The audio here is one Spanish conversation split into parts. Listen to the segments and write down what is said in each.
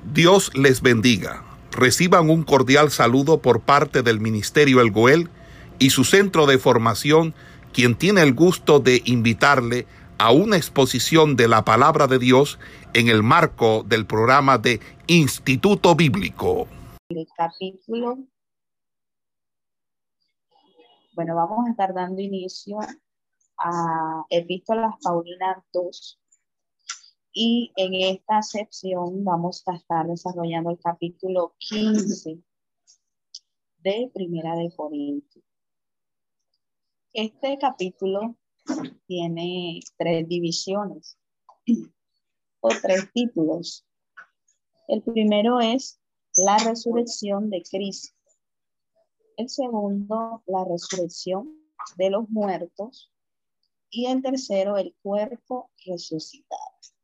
Dios les bendiga. Reciban un cordial saludo por parte del Ministerio El Goel y su centro de formación, quien tiene el gusto de invitarle a una exposición de la Palabra de Dios en el marco del programa de Instituto Bíblico. El capítulo, vamos a estar dando inicio a Epístolas Paulinas 2. Y en esta sección vamos a estar desarrollando el capítulo 15 de Primera de Corintios. Este capítulo tiene 3 divisiones o 3 títulos. El primero es la resurrección de Cristo. El segundo, la resurrección de los muertos. Y el tercero, el cuerpo resucitado.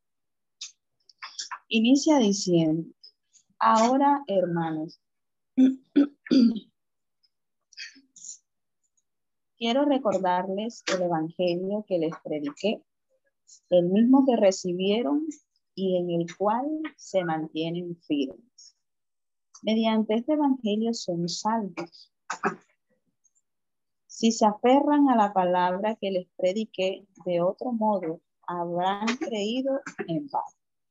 Inicia diciendo: ahora, hermanos, quiero recordarles el evangelio que les prediqué, el mismo que recibieron y en el cual se mantienen firmes. Mediante este evangelio son salvos, si se aferran a la palabra que les prediqué. De otro modo, habrán creído en vano.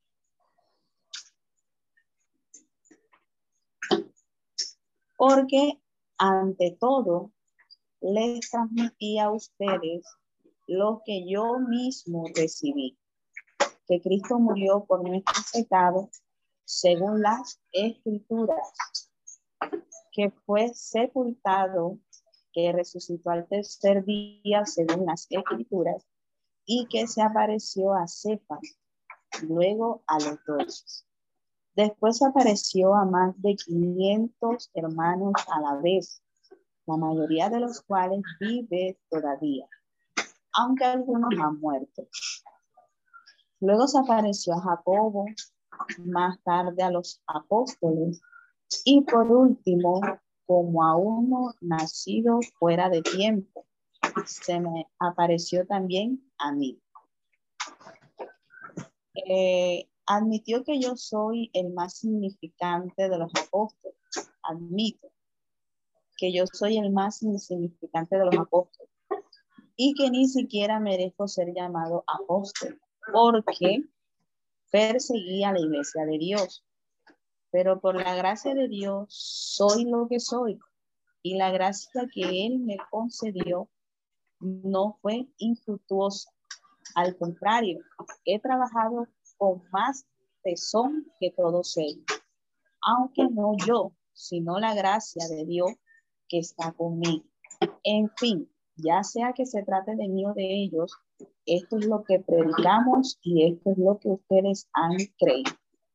Porque ante todo les transmití a ustedes lo que yo mismo recibí, que Cristo murió por nuestros pecados según las Escrituras, que fue sepultado, que resucitó al tercer día según las Escrituras, y que se apareció a Cefas, luego a los 12. Después apareció a más de 500 hermanos a la vez, la mayoría de los cuales vive todavía, aunque algunos han muerto. Luego se apareció a Jacobo, más tarde a los apóstoles, y por último, como a uno nacido fuera de tiempo, se me apareció también a mí. Admitió que yo soy el más significante de los apóstoles. Admito que yo soy el más insignificante de los apóstoles y que ni siquiera merezco ser llamado apóstol, porque perseguía a la iglesia de Dios. Pero por la gracia de Dios soy lo que soy, y la gracia que Él me concedió no fue infructuosa. Al contrario, he trabajado con más tesón que todos ellos, aunque no yo, sino la gracia de Dios que está conmigo. En fin, ya sea que se trate de mí o de ellos, esto es lo que predicamos y esto es lo que ustedes han creído.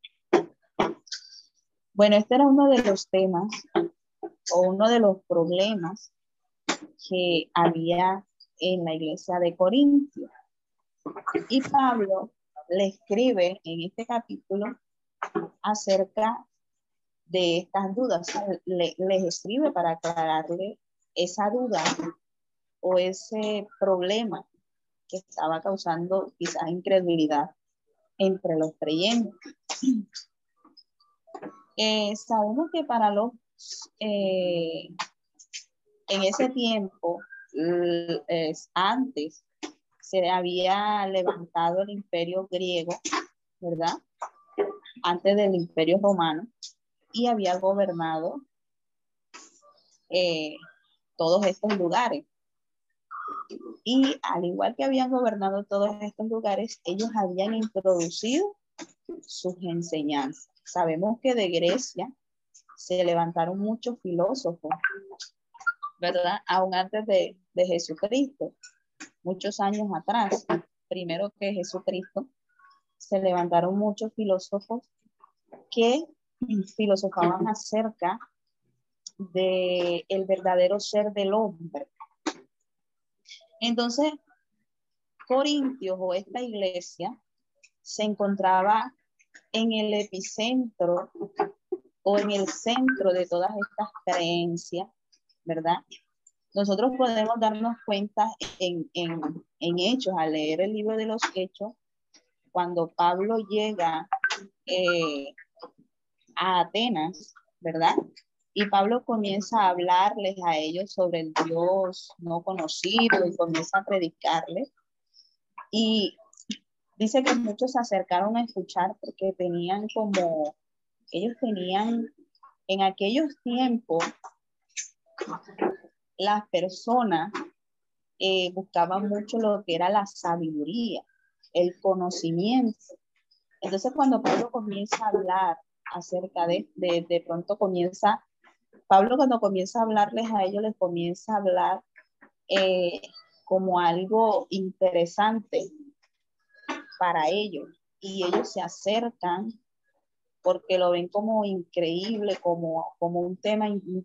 Este era uno de los temas o uno de los problemas que había en la iglesia de Corintios. Y Pablo le escribe en este capítulo acerca de estas dudas. Les escribe para aclararle esa duda o ese problema que estaba causando quizás incredulidad entre los creyentes. Sabemos que para los en ese tiempo, antes se había levantado el imperio griego, ¿verdad? Antes del imperio romano, y había gobernado todos estos lugares. Y al igual que habían gobernado todos estos lugares, ellos habían introducido sus enseñanzas. Sabemos que de Grecia se levantaron muchos filósofos, ¿verdad? Aún antes de Jesucristo, muchos años atrás, primero que Jesucristo, se levantaron muchos filósofos que filosofaban acerca del verdadero ser del hombre. Entonces, Corintios o esta iglesia se encontraba en el epicentro o en el centro de todas estas creencias, ¿verdad? Nosotros podemos darnos cuenta en Hechos, al leer el libro de los Hechos, cuando Pablo llega a Atenas, ¿verdad? Y Pablo comienza a hablarles a ellos sobre el Dios no conocido y comienza a predicarles. Y dice que muchos se acercaron a escuchar porque tenían como, ellos tenían en aquellos tiempos, las personas buscaban mucho lo que era la sabiduría, el conocimiento. Entonces cuando Pablo comienza a hablar acerca de pronto comienza, Pablo cuando comienza a hablarles a ellos, les comienza a hablar como algo interesante para ellos. Y ellos se acercan porque lo ven como increíble, como un tema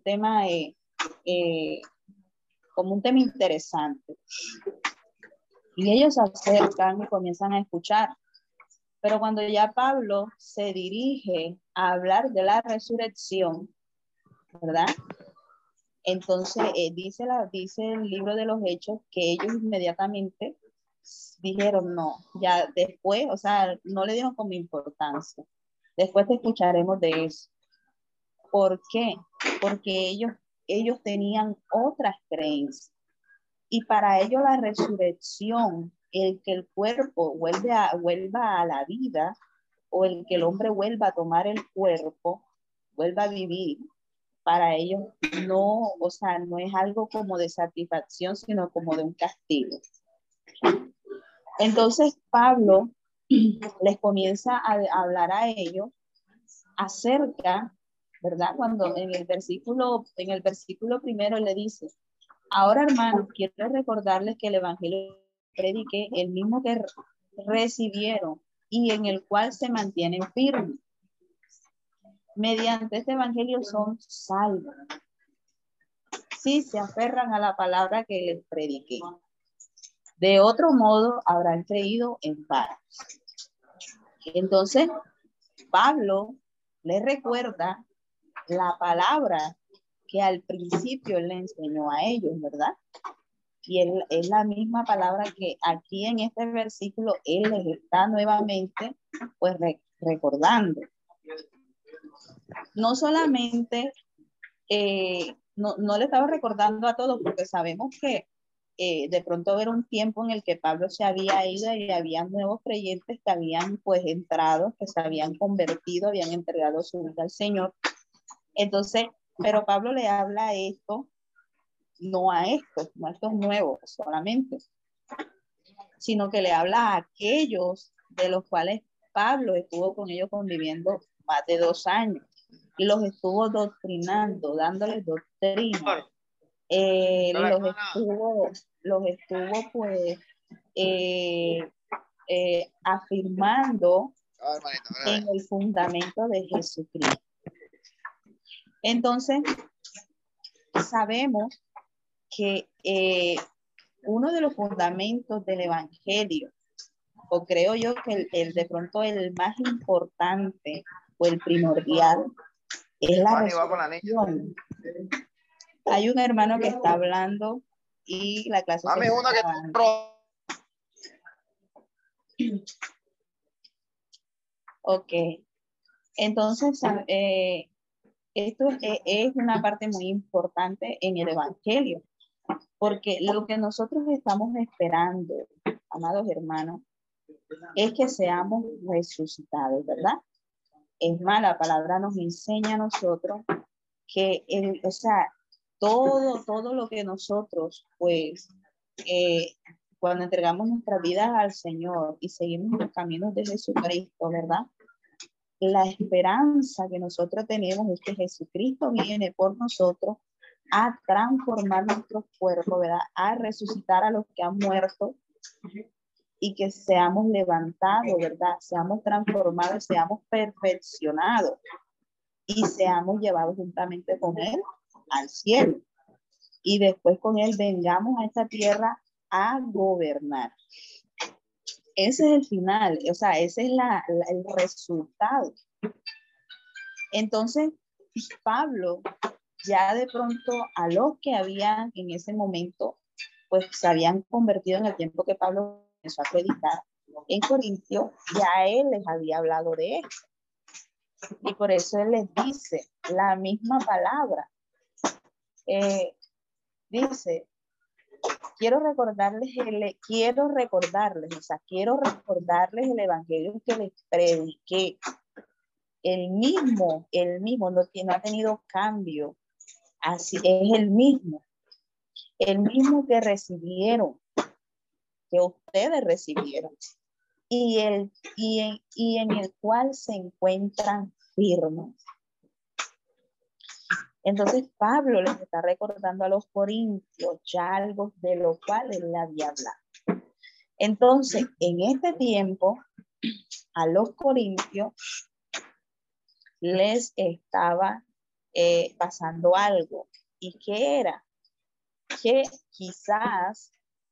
como un tema interesante. Y ellos se acercan y comienzan a escuchar. Pero cuando ya Pablo se dirige a hablar de la resurrección, ¿verdad? Entonces dice el libro de los Hechos que ellos inmediatamente dijeron no, ya después, o sea, no le dieron como importancia. Después te escucharemos de eso. ¿Por qué? Porque ellos tenían otras creencias. Y para ellos la resurrección, el que el cuerpo vuelva a la vida, o el que el hombre vuelva a tomar el cuerpo, vuelva a vivir, para ellos no, o sea, no es algo como de satisfacción, sino como de un castigo. Entonces Pablo les comienza a hablar a ellos acerca, ¿verdad? Cuando en el versículo primero le dice: ahora, hermanos, quiero recordarles que el evangelio prediqué, el mismo que recibieron y en el cual se mantienen firmes. Mediante este evangelio son salvos, si se aferran a la palabra que les prediqué. De otro modo, habrán creído en vano. Entonces, Pablo les recuerda la palabra que al principio él le enseñó a ellos, ¿verdad? Y él, es la misma palabra que aquí en este versículo él les está nuevamente pues recordando. No solamente, no le estaba recordando a todos, porque sabemos que de pronto haber un tiempo en el que Pablo se había ido y había nuevos creyentes que habían pues entrado, que se habían convertido, habían entregado su vida al Señor. Entonces, pero Pablo le habla a esto, no a estos nuevos solamente, sino que le habla a aquellos de los cuales Pablo estuvo con ellos conviviendo más de 2 años y los estuvo doctrinando, dándoles doctrina. Los estuvo pues afirmando en el fundamento de Jesucristo. Entonces, sabemos que uno de los fundamentos del evangelio, o creo yo que de pronto el más importante o el primordial, es la resurrección. Hay un hermano que está hablando y la clase se está acabando. Ok, entonces esto es una parte muy importante en el evangelio, porque lo que nosotros estamos esperando, amados hermanos, es que seamos resucitados, ¿verdad? Es más, la palabra nos enseña a nosotros que, o sea, todo lo que nosotros, pues, cuando entregamos nuestras vidas al Señor y seguimos los caminos de Jesucristo, ¿verdad? La esperanza que nosotros tenemos es que Jesucristo viene por nosotros a transformar nuestros cuerpos, ¿verdad? A resucitar a los que han muerto y que seamos levantados, ¿verdad? Seamos transformados, seamos perfeccionados y seamos llevados juntamente con Él al cielo. Y después con Él vengamos a esta tierra a gobernar. Ese es el final, o sea, ese es el resultado. Entonces, Pablo, ya de pronto a los que habían en ese momento, pues se habían convertido en el tiempo que Pablo comenzó a predicar en Corintio, ya él les había hablado de esto. Y por eso él les dice la misma palabra. Dice, quiero recordarles el evangelio que les prediqué. El mismo, no ha tenido cambio. Así es el mismo que recibieron, que ustedes recibieron, y en el cual se encuentran firmes. Entonces Pablo les está recordando a los corintios ya algo de lo cual él le había hablado. Entonces, en este tiempo, a los corintios les estaba pasando algo. ¿Y qué era? Que quizás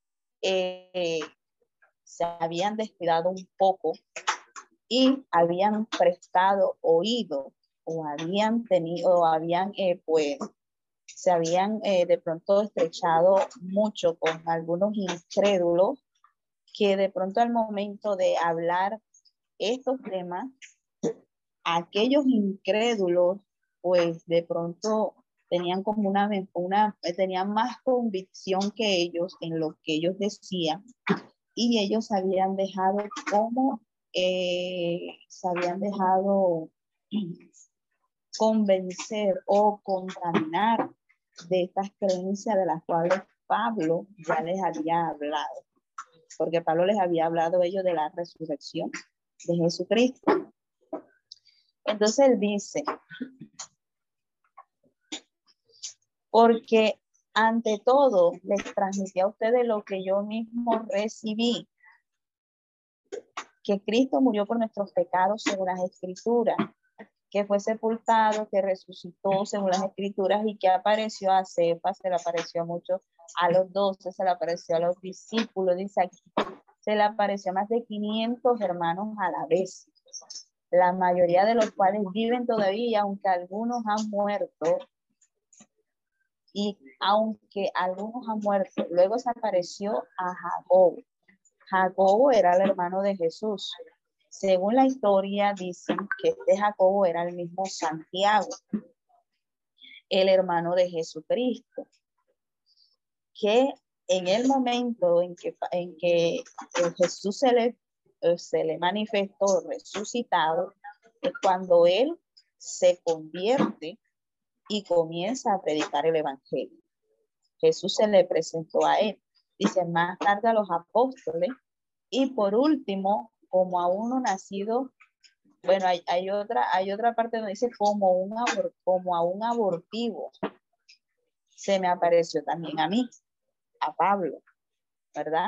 se habían descuidado un poco y habían prestado oído o habían tenido, pues, se habían de pronto estrechado mucho con algunos incrédulos que de pronto al momento de hablar estos temas, aquellos incrédulos, pues de pronto tenían como tenían más convicción que ellos en lo que ellos decían, y ellos habían dejado se habían dejado convencer o contaminar de estas creencias de las cuales Pablo ya les había hablado, porque Pablo les había hablado a ellos de la resurrección de Jesucristo. Entonces él dice, porque ante todo les transmití a ustedes lo que yo mismo recibí, que Cristo murió por nuestros pecados según las Escrituras, que fue sepultado, que resucitó según las Escrituras y que apareció a Cefas, se le apareció a muchos, a los 12, se le apareció a los discípulos, dice aquí, se le apareció a más de 500 hermanos a la vez, la mayoría de los cuales viven todavía, aunque algunos han muerto. Y aunque algunos han muerto, luego se apareció a Jacobo. Jacobo era el hermano de Jesús. Según la historia, dicen que este Jacobo era el mismo Santiago, el hermano de Jesucristo, que en el momento en que Jesús se le manifestó resucitado, es cuando él se convierte y comienza a predicar el evangelio. Jesús se le presentó a él. Dice, más tarde a los apóstoles, y por último, como a uno nacido, bueno, hay otra parte donde dice como a un abortivo, se me apareció también a mí, a Pablo, ¿verdad?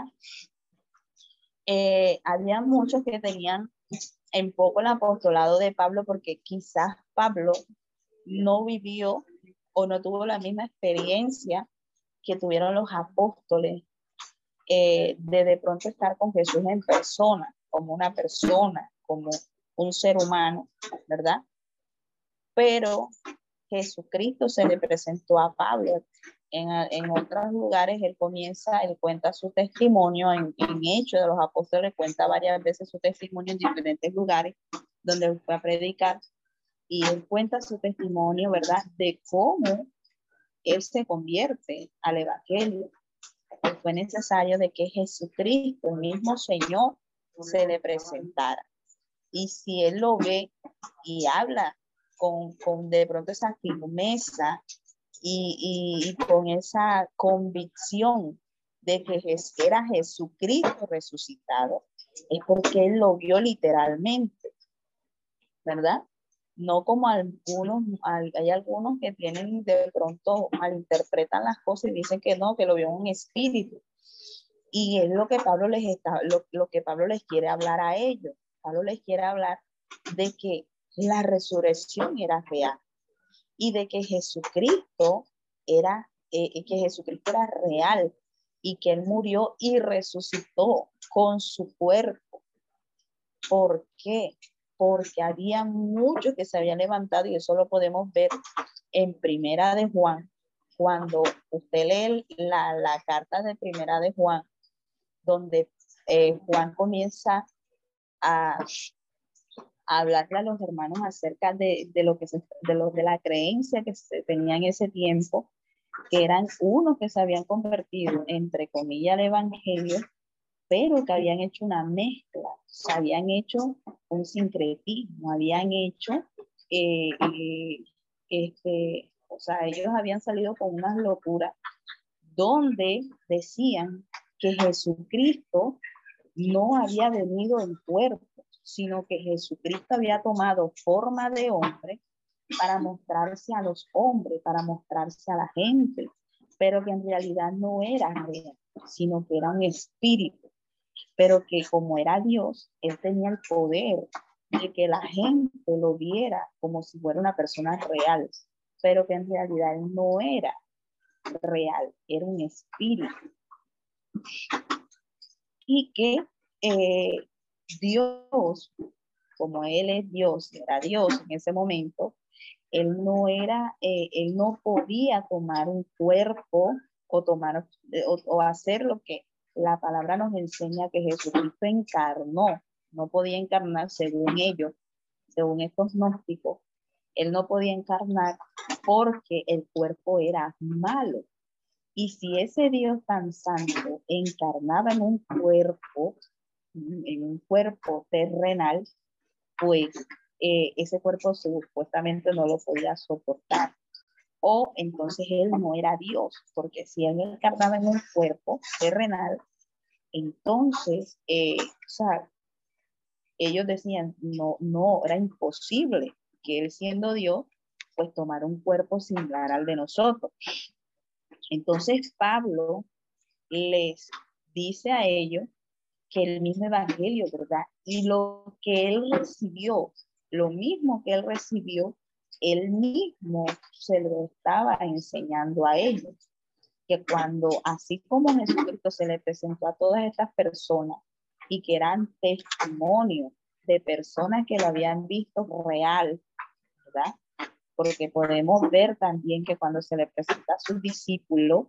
Había muchos que tenían en poco el apostolado de Pablo, porque quizás Pablo no vivió o no tuvo la misma experiencia que tuvieron los apóstoles, de pronto estar con Jesús en persona, como una persona, como un ser humano, ¿verdad? Pero Jesucristo se le presentó a Pablo. En otros lugares él cuenta su testimonio, en Hechos de los Apóstoles cuenta varias veces su testimonio en diferentes lugares donde él fue a predicar, y él cuenta su testimonio, ¿verdad? De cómo él se convierte al evangelio. Fue necesario de que Jesucristo, el mismo Señor, se le presentara. Y si él lo ve y habla con de pronto esa firmeza y con esa convicción de que era Jesucristo resucitado, es porque él lo vio literalmente, ¿verdad? No como hay algunos que tienen de pronto malinterpretan las cosas y dicen que no, que lo vio en espíritu. Y es lo que Pablo lo que Pablo les quiere hablar a ellos. Pablo les quiere hablar de que la resurrección era real y de que Jesucristo era real y que él murió y resucitó con su cuerpo. ¿Por qué? Porque había muchos que se habían levantado, y eso lo podemos ver en Primera de Juan. Cuando usted lee la carta de Primera de Juan, donde Juan comienza a hablarle a los hermanos acerca de la creencia que se tenía en ese tiempo, que eran unos que se habían convertido, entre comillas, al evangelio, pero que habían hecho una mezcla, se habían hecho un sincretismo, habían hecho, o sea, ellos habían salido con unas locuras donde decían que Jesucristo no había venido en cuerpo, sino que Jesucristo había tomado forma de hombre para mostrarse a los hombres, para mostrarse a la gente, pero que en realidad no era real, sino que era un espíritu, pero que como era Dios, él tenía el poder de que la gente lo viera como si fuera una persona real, pero que en realidad él no era real, era un espíritu. Y que Dios, como él es Dios, era Dios en ese momento, él no podía tomar un cuerpo o hacer lo que la palabra nos enseña que Jesucristo encarnó. No podía encarnar según ellos, según estos gnósticos. Él no podía encarnar porque el cuerpo era malo. Y si ese Dios tan santo encarnaba en un cuerpo terrenal, pues ese cuerpo supuestamente no lo podía soportar. O entonces él no era Dios, porque si él encarnaba en un cuerpo terrenal, entonces, o sea, ellos decían, no, era imposible que él siendo Dios, pues tomara un cuerpo similar al de nosotros. Entonces Pablo les dice a ellos que el mismo evangelio, ¿verdad? Y lo que él recibió, lo mismo que él recibió, él mismo se lo estaba enseñando a ellos. Que cuando, así como Jesucristo se le presentó a todas estas personas y que eran testimonios de personas que lo habían visto real, ¿verdad? Porque podemos ver también que cuando se le presenta a sus discípulos,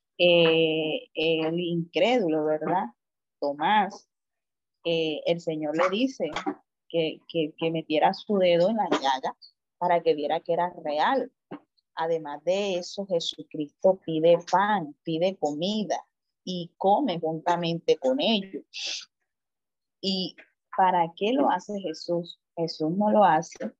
el incrédulo, ¿verdad? Tomás, el Señor le dice que metiera su dedo en la llaga para que viera que era real. Además de eso, Jesucristo pide pan, pide comida y come juntamente con ellos. ¿Y para qué lo hace Jesús? Jesús no lo hace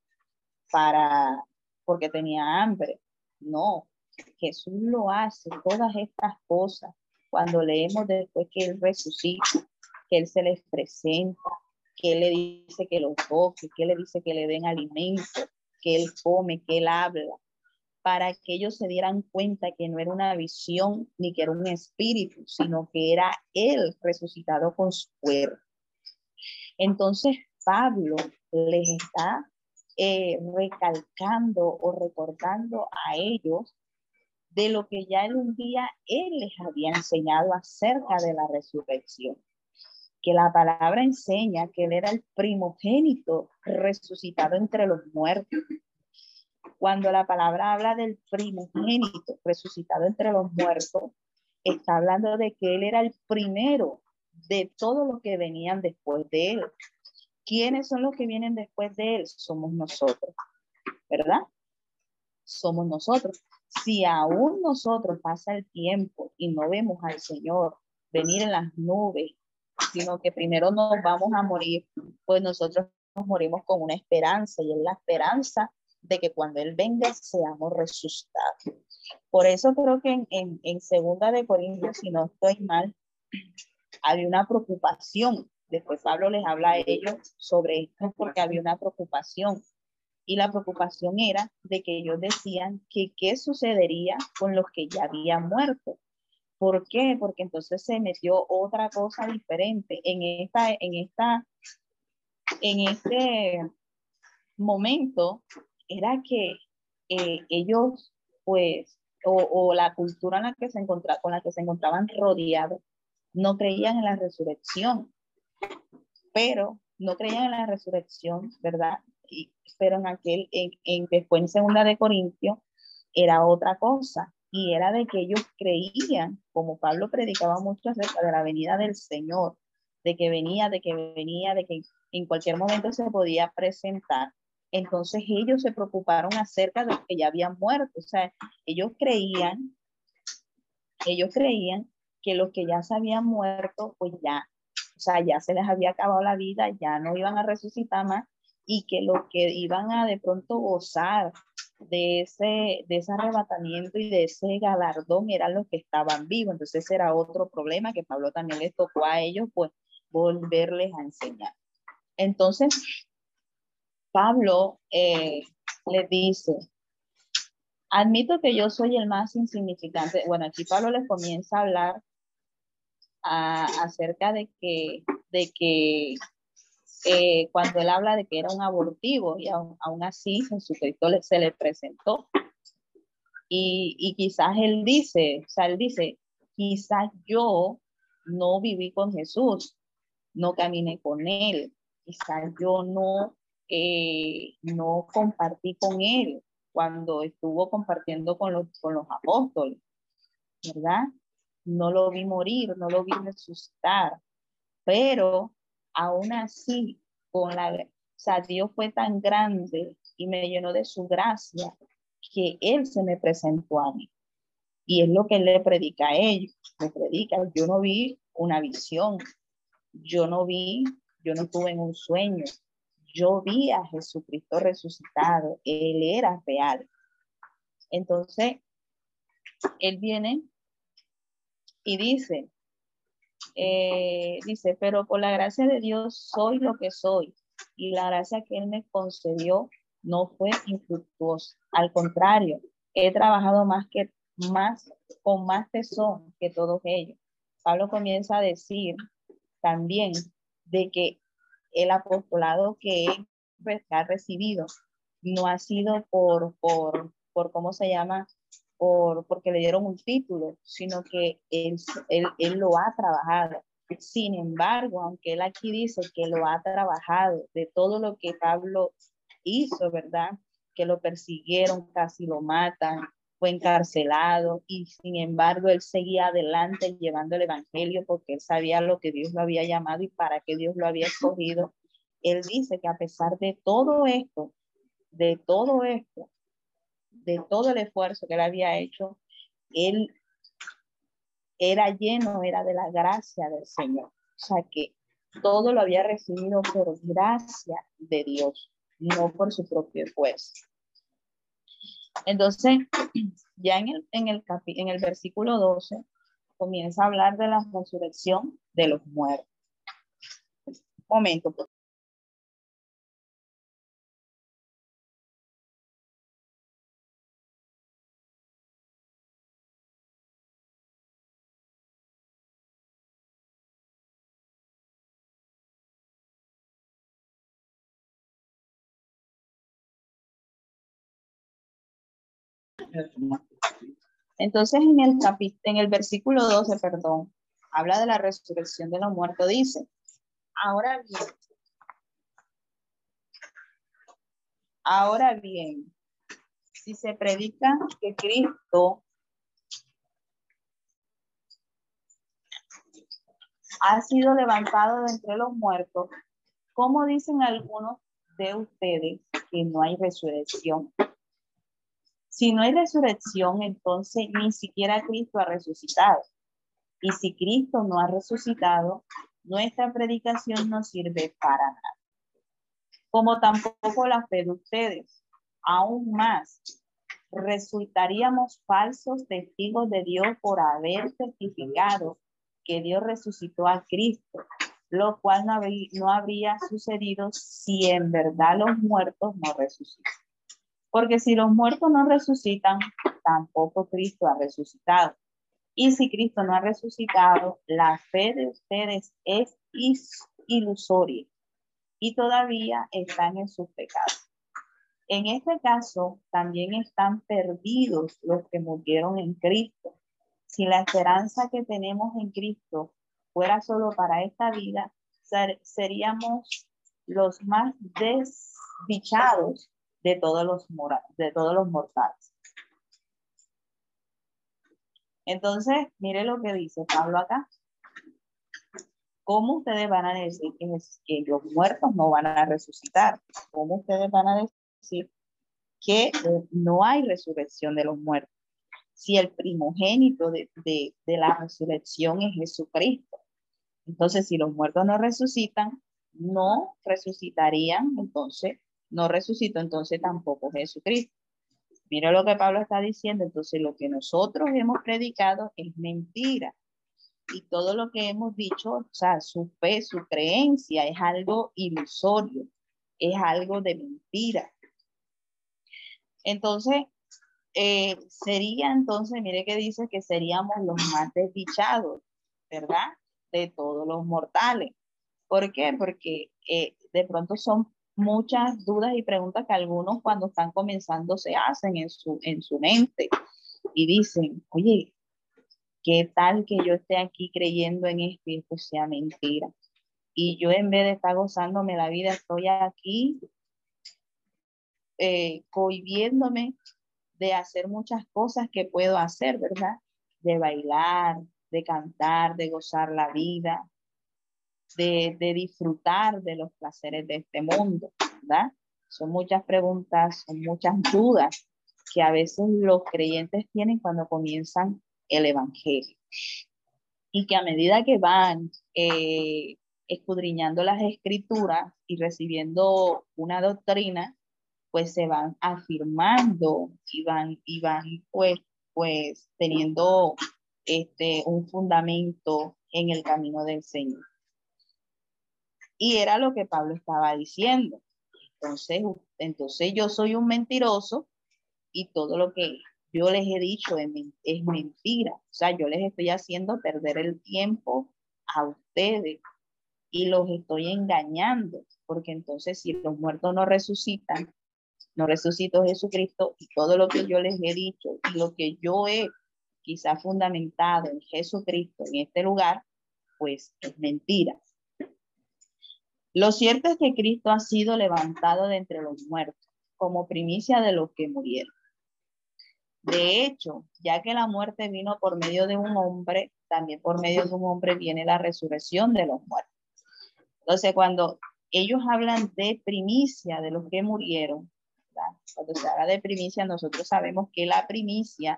porque tenía hambre. No, Jesús lo hace todas estas cosas cuando leemos después que Él resucita, que Él se les presenta, que Él le dice que lo toque, que Él le dice que le den alimento, que Él come, que Él habla, para que ellos se dieran cuenta que no era una visión ni que era un espíritu, sino que era Él resucitado con su cuerpo. Entonces Pablo les está recalcando o recordando a ellos de lo que ya en un día él les había enseñado acerca de la resurrección, que la palabra enseña que él era el primogénito resucitado entre los muertos. Cuando la palabra habla del primogénito resucitado entre los muertos, está hablando de que él era el primero de todos los que venían después de él. ¿Quiénes son los que vienen después de él? Somos nosotros, ¿verdad? Somos nosotros. Si aún nosotros pasa el tiempo y no vemos al Señor venir en las nubes, sino que primero nos vamos a morir, pues nosotros nos morimos con una esperanza, y es la esperanza de que cuando Él venga seamos resucitados. Por eso creo que en segunda de Corintios, si no estoy mal, había una preocupación. Después Pablo les habla a ellos sobre esto porque había una preocupación. Y la preocupación era de que ellos decían que qué sucedería con los que ya habían muerto. ¿Por qué? Porque entonces se metió otra cosa diferente. En este momento era que ellos, pues, o la cultura en la que con la que se encontraban rodeados, no creían en la resurrección, pero no creían en la resurrección, ¿verdad? Pero después en segunda de Corintios era otra cosa, y era de que ellos creían, como Pablo predicaba mucho acerca de la venida del Señor, de que venía, de que en cualquier momento se podía presentar. Entonces ellos se preocuparon acerca de los que ya habían muerto. O sea, ellos creían que los que ya se habían muerto, pues ya, o sea, ya se les había acabado la vida, ya no iban a resucitar más, y que los que iban a de pronto gozar de ese arrebatamiento y de ese galardón eran los que estaban vivos. Entonces ese era otro problema que Pablo también les tocó a ellos, pues volverles a enseñar. Entonces Pablo les dice: admito que yo soy el más insignificante. Bueno, aquí Pablo les comienza a hablar acerca de que cuando él habla de que era un abortivo, y aún así Jesucristo se le presentó. Y quizás él dice, quizás yo no viví con Jesús, no caminé con él, quizás yo no compartí con él cuando estuvo compartiendo con los apóstoles, ¿verdad? No lo vi morir, no lo vi resucitar, pero aún así, o sea, Dios fue tan grande y me llenó de su gracia que Él se me presentó a mí. Y es lo que Él le predica a ellos. Le predica: yo no vi una visión, yo no estuve en un sueño, yo vi a Jesucristo resucitado, Él era real. Entonces, Él viene y dice, pero por la gracia de Dios soy lo que soy, y la gracia que Él me concedió no fue infructuosa. Al contrario, he trabajado con más tesón que todos ellos. Pablo comienza a decir también de que el apostolado que él ha recibido no ha sido por ¿cómo se llama? Porque le dieron un título, sino que él lo ha trabajado. Sin embargo, aunque él aquí dice que lo ha trabajado, de todo lo que Pablo hizo, ¿verdad? Que lo persiguieron, casi lo matan, fue encarcelado, y sin embargo él seguía adelante llevando el evangelio porque él sabía lo que Dios lo había llamado y para qué Dios lo había escogido. Él dice que a pesar de todo esto, de todo el esfuerzo que él había hecho, él era de la gracia del Señor. O sea que todo lo había recibido por gracia de Dios, no por su propio esfuerzo. Entonces, ya en el versículo 12, comienza a hablar de la resurrección de los muertos. Un momento, por favor. Entonces, en el versículo 12, perdón, habla de la resurrección de los muertos. Dice: ahora bien, si se predica que Cristo ha sido levantado de entre los muertos, ¿cómo dicen algunos de ustedes que no hay resurrección? Si no hay resurrección, entonces ni siquiera Cristo ha resucitado. Y si Cristo no ha resucitado, nuestra predicación no sirve para nada, como tampoco la fe de ustedes. Aún más, resultaríamos falsos testigos de Dios por haber testificado que Dios resucitó a Cristo, lo cual no habría sucedido si en verdad los muertos no resucitan. Porque si los muertos no resucitan, tampoco Cristo ha resucitado. Y si Cristo no ha resucitado, la fe de ustedes es ilusoria y todavía están en sus pecados. En este caso, también están perdidos los que murieron en Cristo. Si la esperanza que tenemos en Cristo fuera solo para esta vida, seríamos los más desdichados de todos los mortales. Entonces, mire lo que dice Pablo acá. ¿cómo ustedes van a decir que los muertos no van a resucitar? ¿Cómo ustedes van a decir que no hay resurrección de los muertos? Si el primogénito de la resurrección es Jesucristo. Entonces, si los muertos no resucitan, no resucitarían, entonces, no resucitó entonces tampoco Jesucristo. Mira lo que Pablo está diciendo. Entonces, lo que nosotros hemos predicado es mentira. Y todo lo que hemos dicho, o sea, su fe, su creencia es algo ilusorio, es algo de mentira. Entonces, sería entonces, mire que dice que seríamos los más desdichados, ¿verdad? De todos los mortales. ¿Por qué? Porque de pronto son muchas dudas y preguntas que algunos cuando están comenzando se hacen en su mente y dicen, oye, ¿qué tal que yo esté aquí creyendo en esto y esto sea mentira? Y yo en vez de estar gozándome la vida, estoy aquí cohibiéndome de hacer muchas cosas que puedo hacer, ¿verdad? De bailar, de cantar, de gozar la vida, de disfrutar de los placeres de este mundo, ¿verdad? Son muchas preguntas, son muchas dudas que a veces los creyentes tienen cuando comienzan el evangelio. Y que a medida que van escudriñando las escrituras y recibiendo una doctrina, pues se van afirmando y van pues teniendo un fundamento en el camino del Señor. Y era lo que Pablo estaba diciendo. Entonces yo soy un mentiroso y todo lo que yo les he dicho es mentira. O sea, yo les estoy haciendo perder el tiempo a ustedes y los estoy engañando, porque entonces si los muertos no resucitan, no resucitó Jesucristo y todo lo que yo les he dicho y lo que yo he quizá fundamentado en Jesucristo en este lugar, pues es mentira. Lo cierto es que Cristo ha sido levantado de entre los muertos como primicia de los que murieron. De hecho, ya que la muerte vino por medio de un hombre, también por medio de un hombre viene la resurrección de los muertos. Entonces, cuando ellos hablan de primicia de los que murieron, ¿verdad? Cuando se habla de primicia, nosotros sabemos que la primicia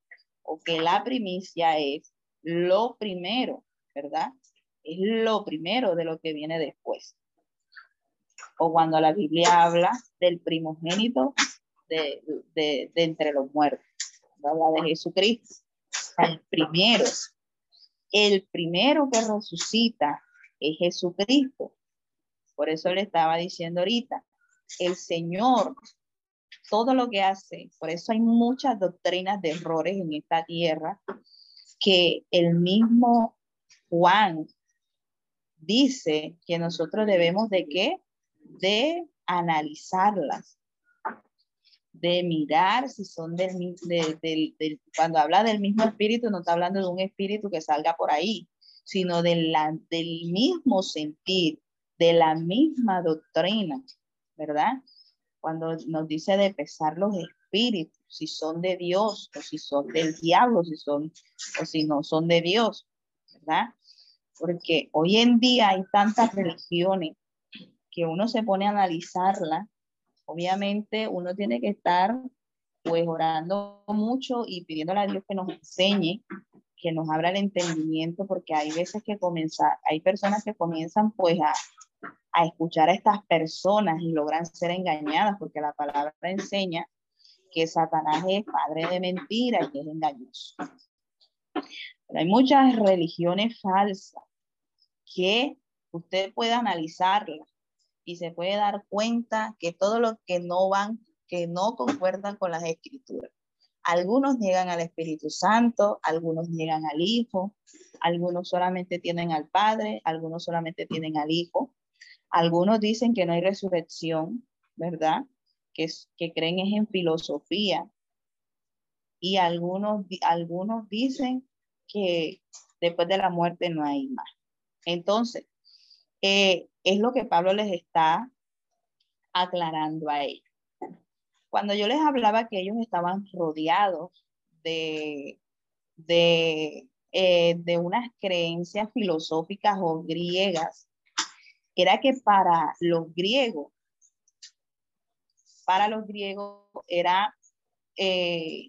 es lo primero, ¿verdad? Es lo primero de lo que viene después. O cuando la Biblia habla del primogénito de entre los muertos, habla de Jesucristo, el primero que resucita es Jesucristo. Por eso le estaba diciendo ahorita, el Señor, todo lo que hace, por eso hay muchas doctrinas de errores en esta tierra, que el mismo Juan dice que nosotros debemos de ¿qué? De analizarlas, de mirar si son cuando habla del mismo espíritu, no está hablando de un espíritu que salga por ahí, sino del mismo sentir, de la misma doctrina, ¿verdad? Cuando nos dice de pesar los espíritus, si son de Dios o si son del diablo, o si no son de Dios, ¿verdad? Porque hoy en día hay tantas religiones que uno se pone a analizarla. Obviamente uno tiene que estar pues orando mucho y pidiéndole a Dios que nos enseñe, que nos abra el entendimiento, porque hay veces que hay personas que comienzan pues a escuchar a estas personas y logran ser engañadas, porque la palabra enseña que Satanás es padre de mentira y que es engañoso. Pero hay muchas religiones falsas que usted puede analizarlas y se puede dar cuenta que todo lo que no concuerdan con las escrituras. Algunos niegan al Espíritu Santo, algunos niegan al Hijo, algunos solamente tienen al Padre, algunos solamente tienen al Hijo. Algunos dicen que no hay resurrección, ¿verdad? Que creen es en filosofía. Y algunos dicen que después de la muerte no hay más. Entonces, es lo que Pablo les está aclarando a ellos. Cuando yo les hablaba que ellos estaban rodeados de de unas creencias filosóficas o griegas, era que para los griegos era, eh,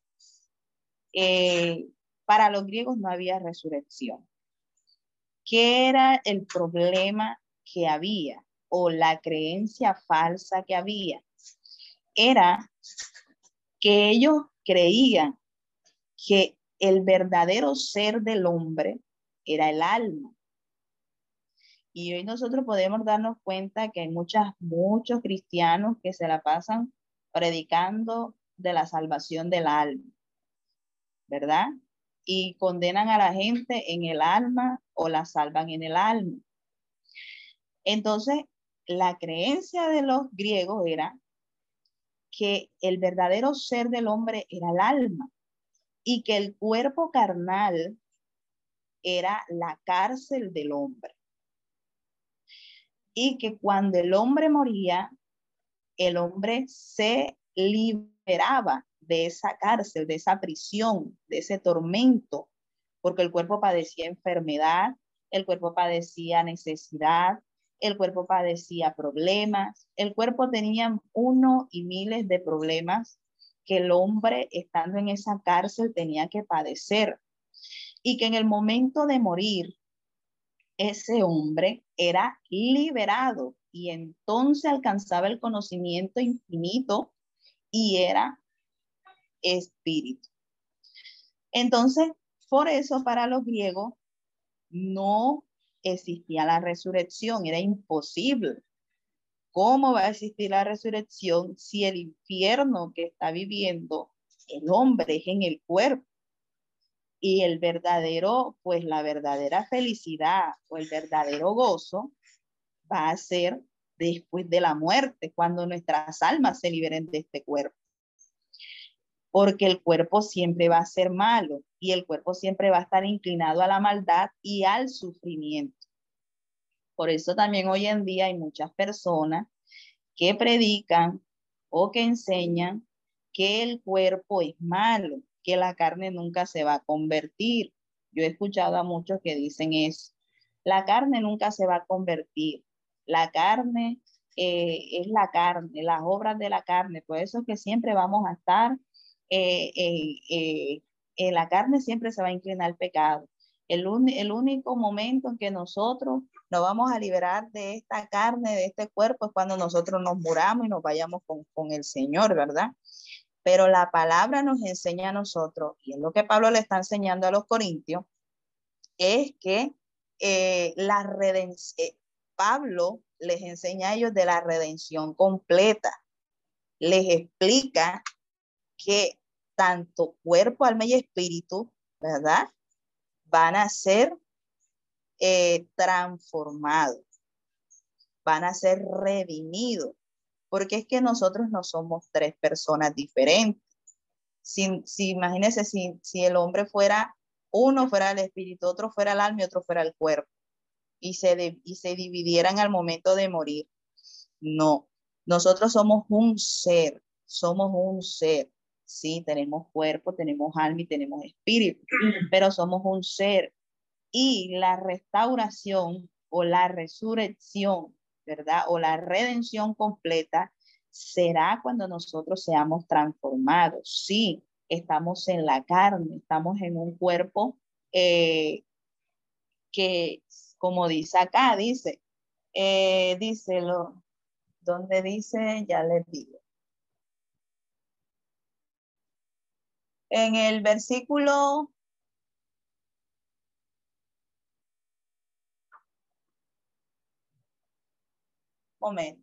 para los griegos no había resurrección. ¿Qué era el problema que había o la creencia falsa que había? Era que ellos creían que el verdadero ser del hombre era el alma. Y hoy nosotros podemos darnos cuenta que hay muchos cristianos que se la pasan predicando de la salvación del alma, ¿verdad? Y condenan a la gente en el alma o la salvan en el alma. Entonces, la creencia de los griegos era que el verdadero ser del hombre era el alma y que el cuerpo carnal era la cárcel del hombre. Y que cuando el hombre moría, el hombre se liberaba de esa cárcel, de esa prisión, de ese tormento, porque el cuerpo padecía enfermedad, el cuerpo padecía necesidad, el cuerpo padecía problemas, el cuerpo tenía uno y miles de problemas que el hombre, estando en esa cárcel, tenía que padecer. Y que en el momento de morir, ese hombre era liberado y entonces alcanzaba el conocimiento infinito y era espíritu. Entonces, por eso para los griegos no existía la resurrección, era imposible. ¿Cómo va a existir la resurrección si el infierno que está viviendo el hombre es en el cuerpo? Y el verdadero, pues la verdadera felicidad o el verdadero gozo va a ser después de la muerte, cuando nuestras almas se liberen de este cuerpo. Porque el cuerpo siempre va a ser malo y el cuerpo siempre va a estar inclinado a la maldad y al sufrimiento. Por eso también hoy en día hay muchas personas que predican o que enseñan que el cuerpo es malo, que la carne nunca se va a convertir. Yo he escuchado a muchos que dicen eso. La carne nunca se va a convertir. La carne es la carne, las obras de la carne. Por eso es que siempre vamos a estar, en la carne siempre se va a inclinar el pecado. El único momento en que nosotros nos vamos a liberar de esta carne, de este cuerpo, es cuando nosotros nos muramos y nos vayamos con el Señor, ¿verdad? Pero la palabra nos enseña a nosotros, y es lo que Pablo le está enseñando a los corintios, es que Pablo les enseña a ellos de la redención completa. Les explica que tanto cuerpo, alma y espíritu, ¿verdad?, van a ser transformados, van a ser redimidos, porque es que nosotros no somos tres personas diferentes. Imagínense si el hombre fuera, uno fuera el espíritu, otro fuera el alma y otro fuera el cuerpo, y se dividieran al momento de morir. No, nosotros somos un ser, sí, tenemos cuerpo, tenemos alma y tenemos espíritu, pero somos un ser. Y la restauración o la resurrección, ¿verdad? O la redención completa será cuando nosotros seamos transformados. Sí, estamos en la carne, estamos en un cuerpo que, como dice acá, díselo, donde dice, ya les digo. En el versículo momento.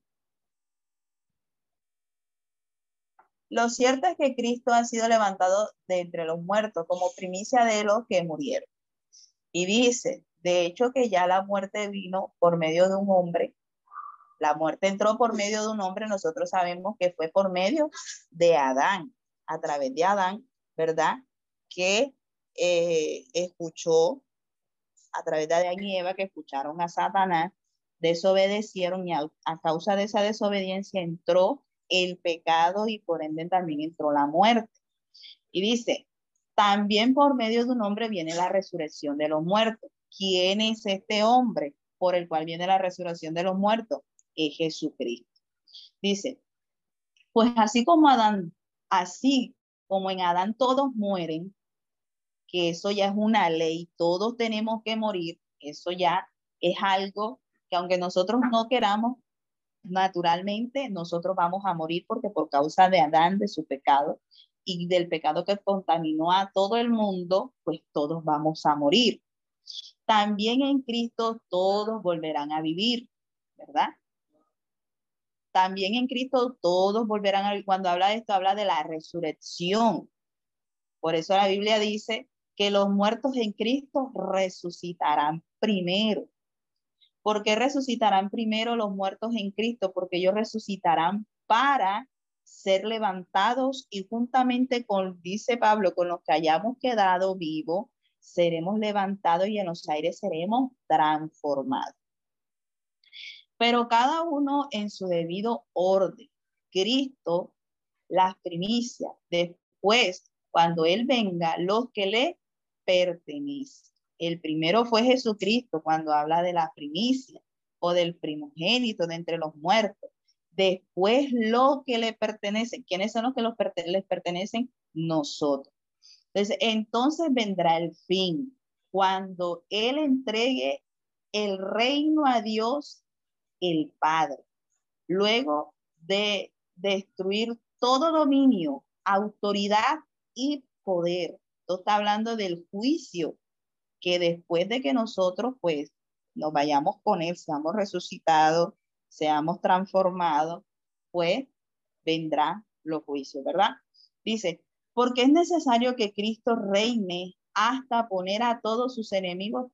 Lo cierto es que Cristo ha sido levantado de entre los muertos como primicia de los que murieron. Y dice, de hecho, que ya la muerte vino por medio de un hombre. La muerte entró por medio de un hombre. Nosotros sabemos que fue por medio de Adán, a través de Adán, ¿verdad? Que escuchó, a través de Adán y Eva, que escucharon a Satanás, desobedecieron, y a causa de esa desobediencia entró el pecado y por ende también entró la muerte. Y dice, También por medio de un hombre viene la resurrección de los muertos. ¿Quién es este hombre por el cual viene la resurrección de los muertos? Es Jesucristo. Dice, pues así como en Adán todos mueren, que eso ya es una ley, todos tenemos que morir, eso ya es algo que aunque nosotros no queramos, naturalmente nosotros vamos a morir porque por causa de Adán, de su pecado y del pecado que contaminó a todo el mundo, pues todos vamos a morir. También en Cristo todos volverán a vivir, ¿verdad? También en Cristo todos volverán a vivir. Cuando habla de esto, habla de la resurrección. Por eso la Biblia dice que los muertos en Cristo resucitarán primero. ¿Por qué resucitarán primero los muertos en Cristo? Porque ellos resucitarán para ser levantados y juntamente con, dice Pablo, con los que hayamos quedado vivos, seremos levantados y en los aires seremos transformados. Pero cada uno en su debido orden. Cristo, las primicias. Después, cuando Él venga, los que le pertenecen. El primero fue Jesucristo cuando habla de la primicia o del primogénito de entre los muertos. Después, lo que le pertenecen. ¿Quiénes son los que les pertenecen? Nosotros. Entonces vendrá el fin, cuando Él entregue el reino a Dios el Padre. Luego de destruir todo dominio, autoridad y poder. Esto está hablando del juicio, que después de que nosotros pues nos vayamos con Él, seamos resucitados, seamos transformados, pues vendrán los juicios, ¿verdad? Dice, porque es necesario que Cristo reine hasta poner a todos sus enemigos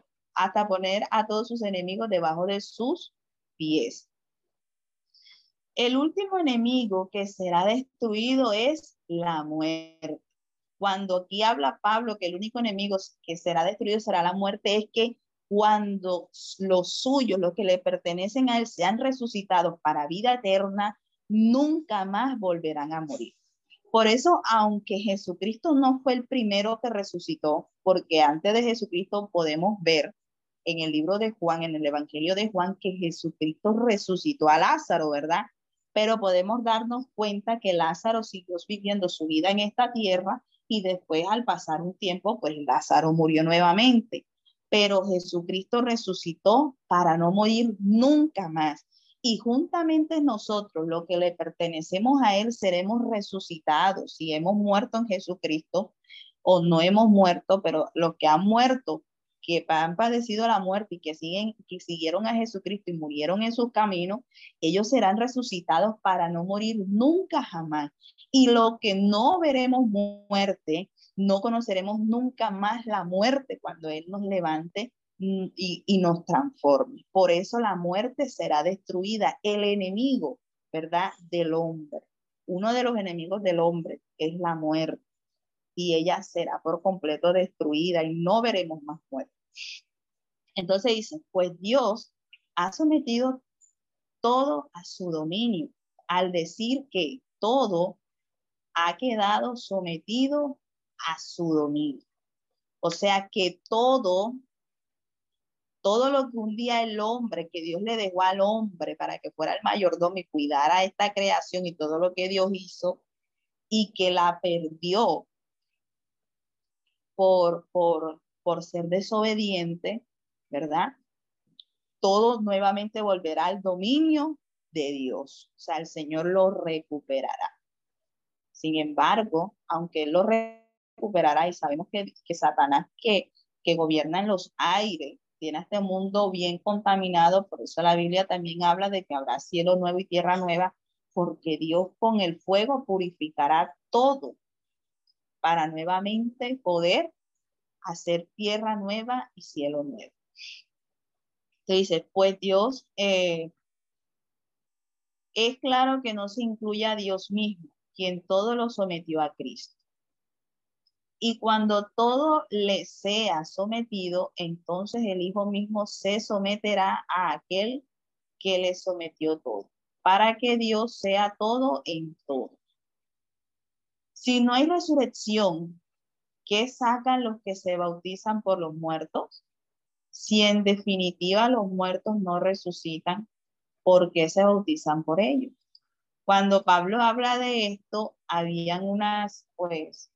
debajo de sus pies. El último enemigo que será destruido es la muerte. Cuando aquí habla Pablo que el único enemigo que será destruido será la muerte, es que cuando los suyos, los que le pertenecen a él, sean resucitados para vida eterna, nunca más volverán a morir. Por eso, aunque Jesucristo no fue el primero que resucitó, porque antes de Jesucristo podemos ver en el libro de Juan, en el Evangelio de Juan, que Jesucristo resucitó a Lázaro, ¿verdad? Pero podemos darnos cuenta que Lázaro siguió viviendo su vida en esta tierra y después al pasar un tiempo, pues Lázaro murió nuevamente. Pero Jesucristo resucitó para no morir nunca más. Y juntamente nosotros, los que le pertenecemos a Él, seremos resucitados. Si hemos muerto en Jesucristo o no hemos muerto, pero los que han muerto, que han padecido la muerte y que siguieron a Jesucristo y murieron en sus caminos, ellos serán resucitados para no morir nunca jamás. Y lo que no veremos muerte, no conoceremos nunca más la muerte cuando Él nos levante y nos transforme. Por eso la muerte será destruida. El enemigo, ¿verdad? Del hombre. Uno de los enemigos del hombre es la muerte. Y ella será por completo destruida y no veremos más muerte. Entonces dice, pues Dios ha sometido todo a su dominio, al decir que todo ha quedado sometido a su dominio. O sea que todo lo que un día el hombre, que Dios le dejó al hombre para que fuera el mayordomo y cuidara esta creación y todo lo que Dios hizo, y que la perdió por ser desobediente, ¿verdad? Todo nuevamente volverá al dominio de Dios. O sea, el Señor lo recuperará. Sin embargo, aunque Él lo recuperará, y sabemos que Satanás que gobierna en los aires, tiene este mundo bien contaminado, por eso la Biblia también habla de que habrá cielo nuevo y tierra nueva, porque Dios con el fuego purificará todo para nuevamente poder hacer tierra nueva y cielo nuevo. Entonces dice, pues Dios, es claro que no se incluye a Dios mismo, quien todo lo sometió a Cristo. Y cuando todo le sea sometido, entonces el Hijo mismo se someterá a aquel que le sometió todo, para que Dios sea todo en todo. Si no hay resurrección, ¿qué sacan los que se bautizan por los muertos? Si en definitiva los muertos no resucitan, ¿por qué se bautizan por ellos? Cuando Pablo habla de esto, habían unas, pues,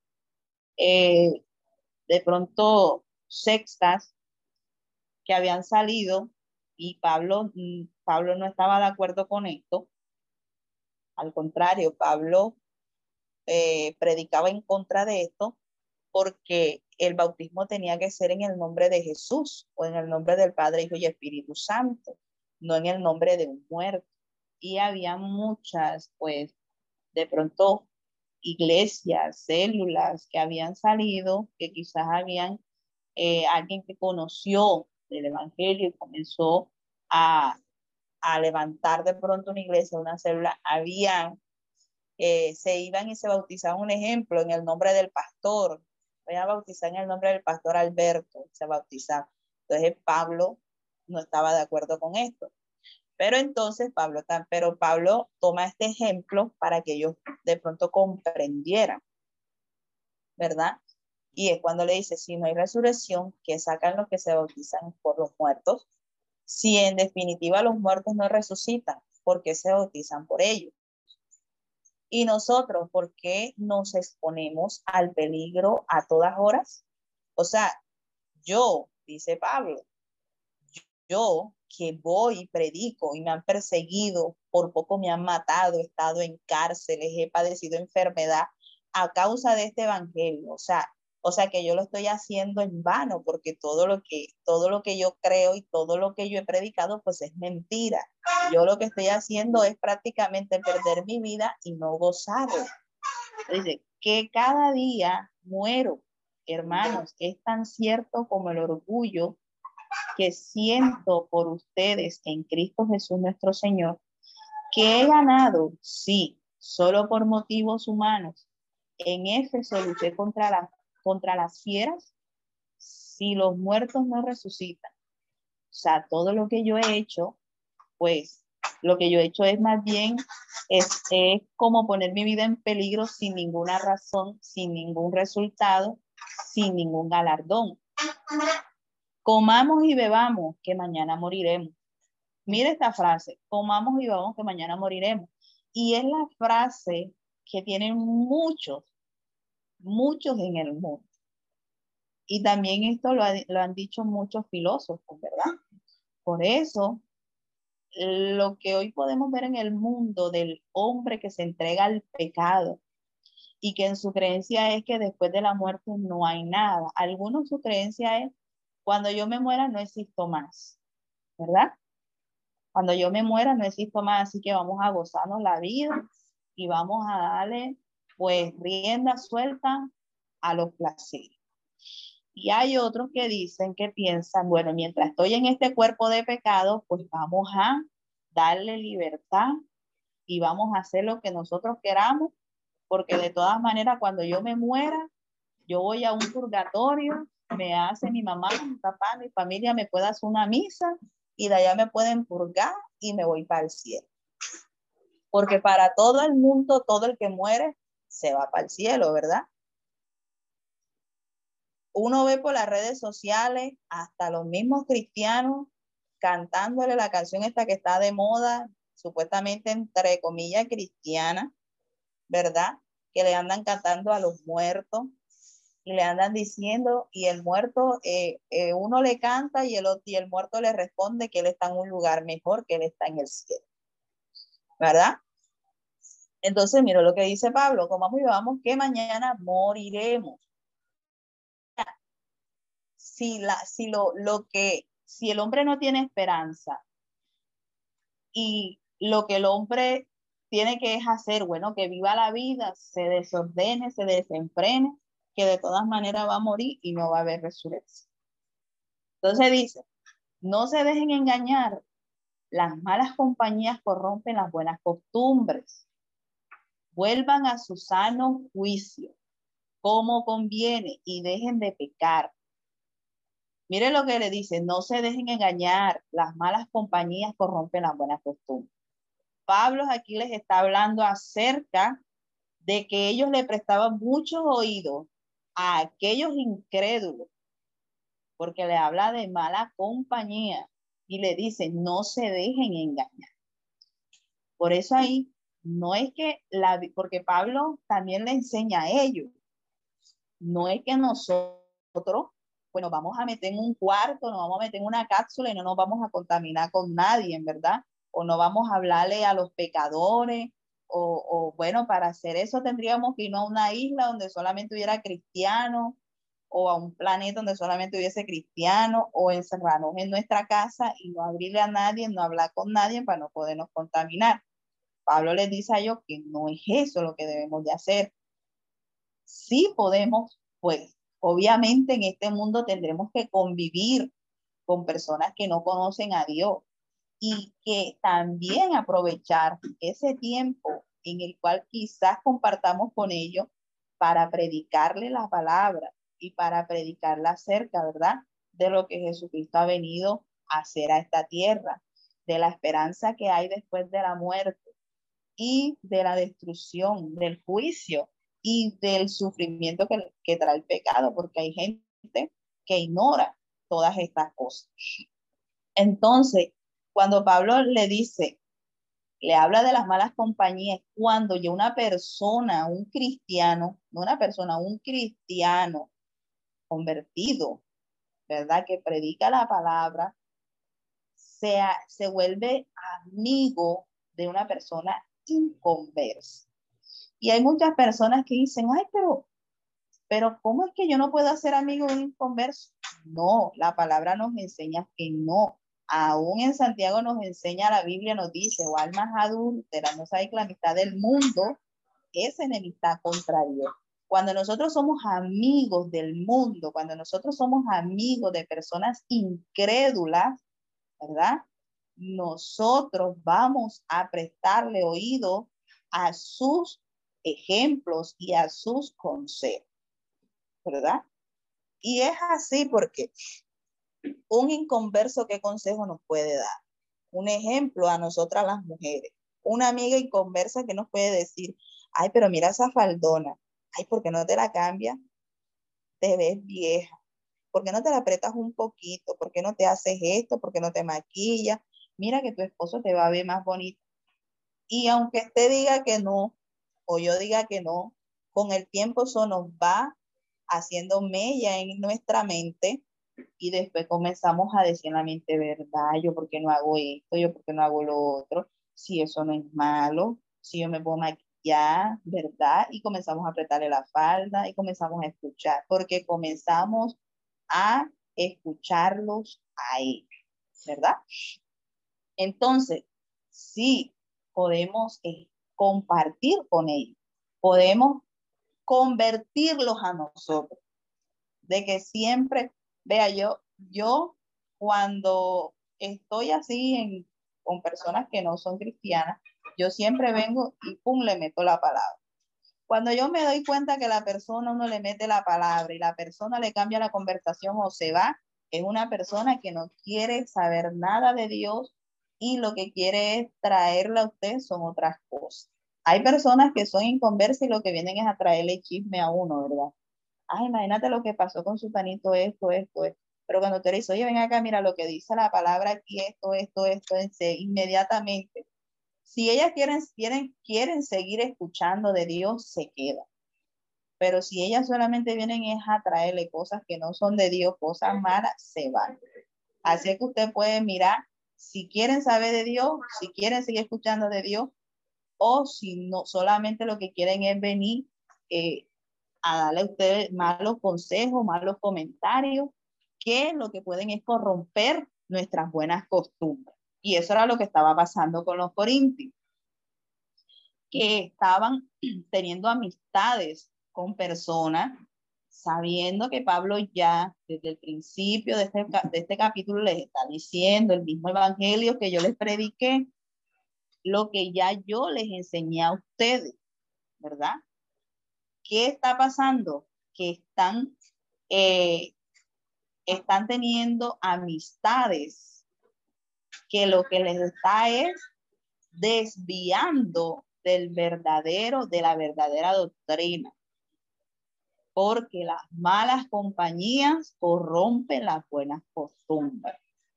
de pronto sectas que habían salido y Pablo no estaba de acuerdo con esto. Al contrario, Pablo predicaba en contra de esto porque el bautismo tenía que ser en el nombre de Jesús o en el nombre del Padre, Hijo y Espíritu Santo, no en el nombre de un muerto. Y había muchas, pues, de pronto iglesias, células que habían salido, que quizás habían alguien que conoció del Evangelio y comenzó a, a levantar de pronto una iglesia, una célula, se iban y se bautizaban, un ejemplo, en el nombre del pastor. Voy a bautizar en el nombre del pastor Alberto, se bautizaba. Entonces Pablo no estaba de acuerdo con esto. Pero entonces Pablo toma este ejemplo para que ellos de pronto comprendieran, ¿verdad? Y es cuando le dice, si no hay resurrección, ¿qué sacan los que se bautizan por los muertos? Si en definitiva los muertos no resucitan, ¿por qué se bautizan por ellos? Y nosotros, ¿por qué nos exponemos al peligro a todas horas? O sea, yo, dice Pablo, yo que voy y predico y me han perseguido, por poco me han matado, he estado en cárceles, he padecido enfermedad a causa de este evangelio. O sea que yo lo estoy haciendo en vano porque todo lo que yo creo y todo lo que yo he predicado pues es mentira. Yo lo que estoy haciendo es prácticamente perder mi vida y no gozarla. Dice que cada día muero, hermanos, es tan cierto como el orgullo que siento por ustedes en Cristo Jesús nuestro Señor, que he ganado, sí, solo por motivos humanos. En Éfeso luché contra las fieras, si los muertos no resucitan. O sea, todo lo que yo he hecho, pues lo que yo he hecho es más bien, es como poner mi vida en peligro sin ninguna razón, sin ningún resultado, sin ningún galardón. Comamos y bebamos, que mañana moriremos. Mire esta frase, comamos y bebamos, que mañana moriremos. Y es la frase que tienen muchos en el mundo. Y también esto lo han dicho muchos filósofos, ¿verdad? Por eso, lo que hoy podemos ver en el mundo del hombre que se entrega al pecado y que en su creencia es que después de la muerte no hay nada. Algunos su creencia es, cuando yo me muera no existo más, ¿verdad? Cuando yo me muera no existo más, así que vamos a gozarnos la vida y vamos a darle pues rienda suelta a los placeres. Y hay otros que dicen, que piensan, bueno, mientras estoy en este cuerpo de pecado, pues vamos a darle libertad y vamos a hacer lo que nosotros queramos, porque de todas maneras cuando yo me muera, yo voy a un purgatorio, me hace mi mamá, mi papá, mi familia, me puede hacer una misa y de allá me pueden purgar y me voy para el cielo. Porque para todo el mundo, todo el que muere se va para el cielo, ¿verdad? Uno ve por las redes sociales hasta los mismos cristianos cantándole la canción esta que está de moda, supuestamente entre comillas cristiana, ¿verdad? Que le andan cantando a los muertos y le andan diciendo, y el muerto, uno le canta y el muerto le responde que él está en un lugar mejor, que él está en el cielo, ¿verdad? Entonces, mira lo que dice Pablo, comamos y bebamos, que mañana moriremos. Si el hombre no tiene esperanza y lo que el hombre tiene que es hacer, bueno, que viva la vida, se desordene, se desenfrene, que de todas maneras va a morir y no va a haber resurrección. Entonces dice, no se dejen engañar, las malas compañías corrompen las buenas costumbres. Vuelvan a su sano juicio, como conviene, y dejen de pecar. Mire lo que le dice, no se dejen engañar, las malas compañías corrompen las buenas costumbres. Pablo aquí les está hablando acerca de que ellos le prestaban muchos oídos a aquellos incrédulos, porque le habla de mala compañía y le dice, no se dejen engañar. Por eso ahí, no es que porque Pablo también le enseña a ellos, no es que nosotros, pues nos vamos a meter en un cuarto, nos vamos a meter en una cápsula y no nos vamos a contaminar con nadie, en verdad, o no vamos a hablarle a los pecadores, o bueno, para hacer eso tendríamos que irnos a una isla donde solamente hubiera cristianos, o a un planeta donde solamente hubiese cristianos, o encerrarnos en nuestra casa y no abrirle a nadie, no hablar con nadie para no podernos contaminar. Pablo les dice a ellos que no es eso lo que debemos de hacer. Sí podemos, pues, obviamente en este mundo tendremos que convivir con personas que no conocen a Dios y que también aprovechar ese tiempo en el cual quizás compartamos con ellos para predicarle la palabra y para predicarla acerca, ¿verdad? De lo que Jesucristo ha venido a hacer a esta tierra, de la esperanza que hay después de la muerte y de la destrucción, del juicio y del sufrimiento que trae el pecado, porque hay gente que ignora todas estas cosas. Entonces, cuando Pablo le dice, le habla de las malas compañías, cuando ya una persona, un cristiano, no una persona, un cristiano convertido, ¿verdad? Que predica la palabra, se vuelve amigo de una persona inconversa. Y hay muchas personas que dicen, ay, pero ¿cómo es que yo no puedo hacer amigo de un inconverso? No, la palabra nos enseña que no. Aún en Santiago nos enseña, la Biblia nos dice, o almas adúlteras, no sabe que la amistad del mundo es enemistad contra Dios. Cuando nosotros somos amigos del mundo, cuando nosotros somos amigos de personas incrédulas, ¿verdad? Nosotros vamos a prestarle oído a sus ejemplos y a sus consejos, ¿verdad? Y es así porque un inconverso, ¿qué consejo nos puede dar? Un ejemplo a nosotras las mujeres. Una amiga inconversa que nos puede decir, ay, pero mira esa faldona, ay, ¿por qué no te la cambias? Te ves vieja. ¿Por qué no te la apretas un poquito? ¿Por qué no te haces esto? ¿Por qué no te maquillas? Mira que tu esposo te va a ver más bonito. Y aunque usted diga que no, o yo diga que no, con el tiempo eso nos va haciendo mella en nuestra mente y después comenzamos a decir en la mente, ¿verdad? Yo por qué no hago esto, yo por qué no hago lo otro, si eso no es malo, si yo me puedo maquillar, ¿verdad? Y comenzamos a apretarle la falda y comenzamos a escuchar, porque comenzamos a escucharlos a ellos, ¿verdad? Entonces, sí, podemos compartir con ellos, podemos convertirlos a nosotros, de que siempre, vea, yo cuando estoy así con personas que no son cristianas, yo siempre vengo y pum, le meto la palabra. Cuando yo me doy cuenta que la persona uno le mete la palabra y la persona le cambia la conversación o se va, es una persona que no quiere saber nada de Dios y lo que quiere es traerle a usted son otras cosas. Hay personas que son inconversas y lo que vienen es a traerle chisme a uno, ¿verdad? Ay, imagínate lo que pasó con su panito, esto. Pero cuando te dice, oye, ven acá, mira lo que dice la palabra aquí, esto, inmediatamente. Si ellas quieren seguir escuchando de Dios, se queda. Pero si ellas solamente vienen es a traerle cosas que no son de Dios, cosas malas, se van. Así que usted puede mirar si quieren saber de Dios, si quieren seguir escuchando de Dios, o si no, solamente lo que quieren es venir a darle a ustedes malos consejos, malos comentarios, que lo que pueden es corromper nuestras buenas costumbres. Y eso era lo que estaba pasando con los corintios, que estaban teniendo amistades con personas, sabiendo que Pablo ya desde el principio de este capítulo les está diciendo el mismo evangelio que yo les prediqué, lo que ya yo les enseñé a ustedes, ¿verdad? ¿Qué está pasando? Que están teniendo amistades que lo que les está es desviando de la verdadera doctrina. porque las malas compañías corrompen las buenas costumbres.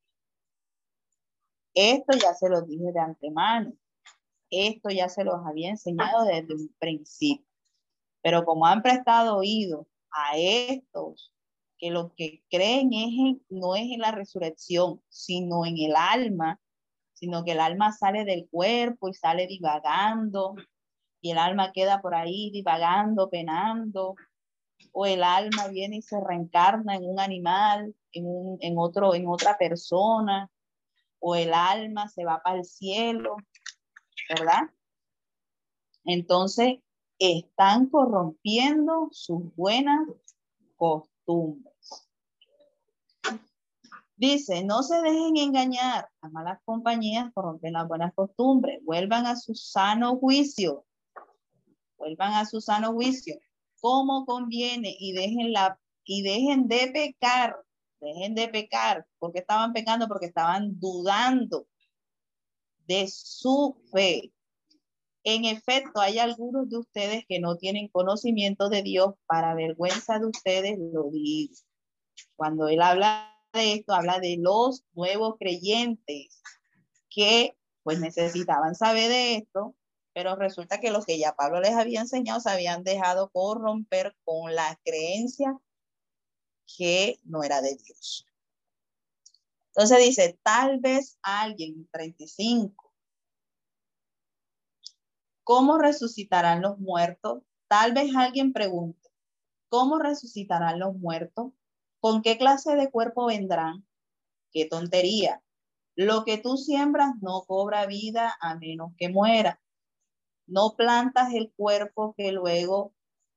Esto ya se los dije de antemano. Esto ya se los había enseñado desde un principio. Pero como han prestado oído a estos, que lo que creen no es en la resurrección, sino en el alma, sino que el alma sale del cuerpo y sale divagando, y el alma queda por ahí divagando, penando, o el alma viene y se reencarna en un animal, en otra persona, o el alma se va para el cielo, ¿verdad? Entonces, están corrompiendo sus buenas costumbres. Dice, no se dejen engañar, las malas compañías corrompen las buenas costumbres, vuelvan a su sano juicio, como conviene, y dejen de pecar, porque estaban pecando, porque estaban dudando de su fe. En efecto, hay algunos de ustedes que no tienen conocimiento de Dios, para vergüenza de ustedes lo digo. Cuando él habla de esto, habla de los nuevos creyentes que pues necesitaban saber de esto, pero resulta que los que ya Pablo les había enseñado se habían dejado corromper con la creencia que no era de Dios. Entonces dice, tal vez alguien, 35, ¿cómo resucitarán los muertos? Tal vez alguien pregunte, ¿cómo resucitarán los muertos? ¿Con qué clase de cuerpo vendrán? ¡Qué tontería! Lo que tú siembras no cobra vida a menos que muera. No plantas el cuerpo que luego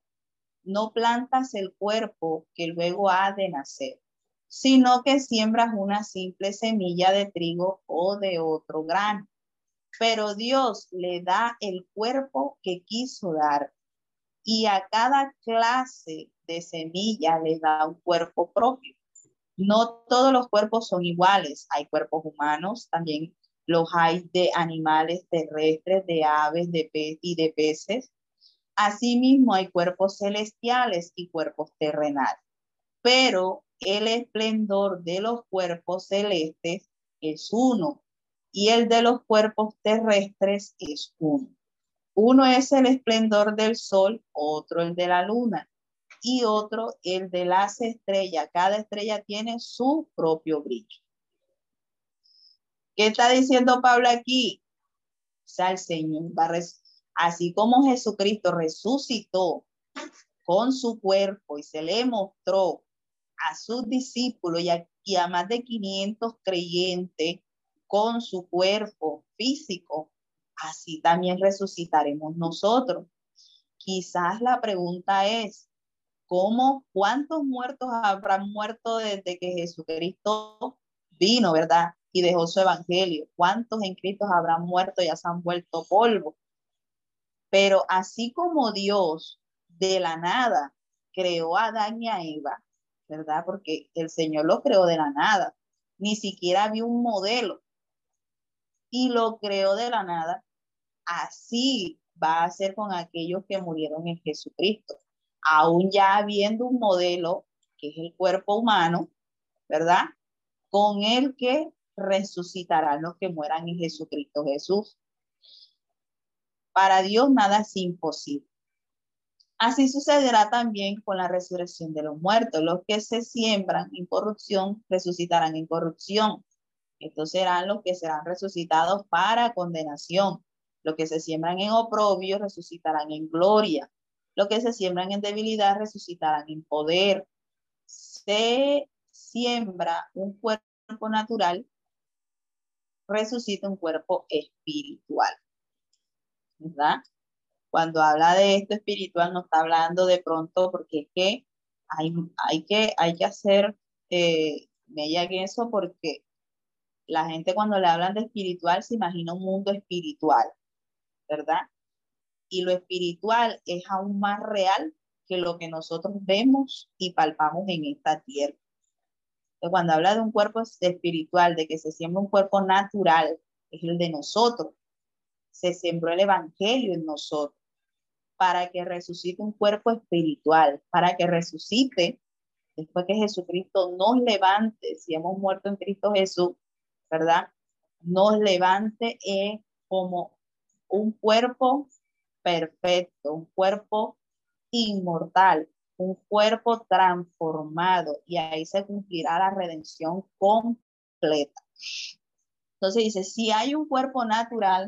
ha de nacer, sino que siembras una simple semilla de trigo o de otro grano. Pero Dios le da el cuerpo que quiso dar, y a cada clase de semilla le da un cuerpo propio. No todos los cuerpos son iguales. Hay cuerpos humanos, también los hay de animales terrestres, de aves, y de peces. Asimismo, hay cuerpos celestiales y cuerpos terrenales. Pero el esplendor de los cuerpos celestes es uno, y el de los cuerpos terrestres es uno. Uno es el esplendor del sol, otro el de la luna, y otro el de las estrellas. Cada estrella tiene su propio brillo. ¿Qué está diciendo Pablo aquí? O sea, el Señor así como Jesucristo resucitó con su cuerpo y se le mostró a sus discípulos y a más de 500 creyentes con su cuerpo físico, así también resucitaremos nosotros. Quizás la pregunta es, ¿cuántos muertos habrán muerto desde que Jesucristo vino, verdad? Y dejó su evangelio. ¿Cuántos en Cristo habrán muerto y ya se han vuelto polvo? Pero así como Dios de la nada creó a Adán y a Eva, ¿verdad? Porque el Señor lo creó de la nada. Ni siquiera vio un modelo y lo creó de la nada. Así va a ser con aquellos que murieron en Jesucristo. Aún ya habiendo un modelo, que es el cuerpo humano, ¿verdad? Con el que resucitarán los que mueran en Jesucristo Jesús. Para Dios nada es imposible. Así sucederá también con la resurrección de los muertos. Los que se siembran en corrupción resucitarán en corrupción. Estos serán los que serán resucitados para condenación. Los que se siembran en oprobio resucitarán en gloria. Los que se siembran en debilidad resucitarán en poder. Se siembra un cuerpo natural, resucita un cuerpo espiritual, ¿verdad? Cuando habla de esto espiritual, no está hablando de pronto, porque es que hay que hacer mella en eso, porque la gente cuando le hablan de espiritual se imagina un mundo espiritual, ¿verdad? Y lo espiritual es aún más real que lo que nosotros vemos y palpamos en esta tierra. Entonces, cuando habla de un cuerpo espiritual, de que se siembra un cuerpo natural, es el de nosotros. Se sembró el evangelio en nosotros. para que resucite un cuerpo espiritual, para que resucite después que Jesucristo nos levante, si hemos muerto en Cristo Jesús, ¿verdad? Nos levante como un cuerpo perfecto, un cuerpo inmortal, un cuerpo transformado, y ahí se cumplirá la redención completa. Entonces dice, si hay un cuerpo natural,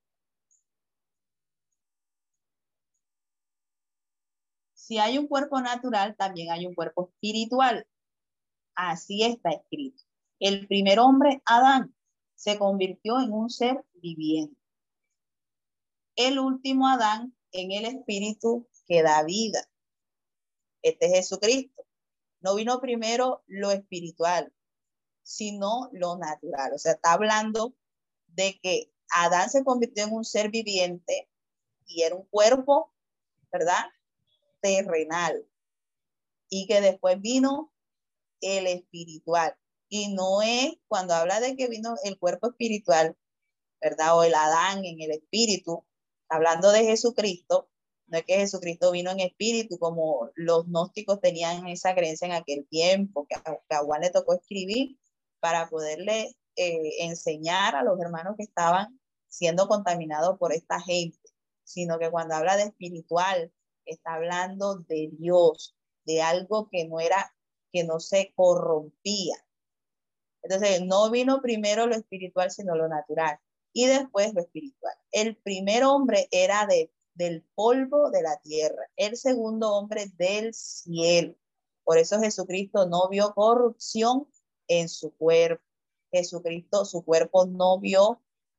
también hay un cuerpo espiritual. Así está escrito. El primer hombre, Adán, se convirtió en un ser viviente. El último Adán en el espíritu que da vida. Este es Jesucristo. No vino primero lo espiritual, sino lo natural. O sea, está hablando de que Adán se convirtió en un ser viviente y era un cuerpo, ¿verdad? Terrenal. Y que después vino el espiritual. Y no es, cuando habla de que vino el cuerpo espiritual, ¿verdad? O el Adán en el espíritu, hablando de Jesucristo, no es que Jesucristo vino en espíritu, como los gnósticos tenían esa creencia en aquel tiempo, que a Juan le tocó escribir para poderle enseñar a los hermanos que estaban siendo contaminados por esta gente, sino que cuando habla de espiritual, está hablando de Dios, de algo que no era, que no se corrompía. Entonces, no vino primero lo espiritual, sino lo natural, y después lo espiritual. El primer hombre era del polvo de la tierra, el segundo hombre del cielo. Por eso Jesucristo no vio corrupción en su cuerpo. Jesucristo, su cuerpo no vio,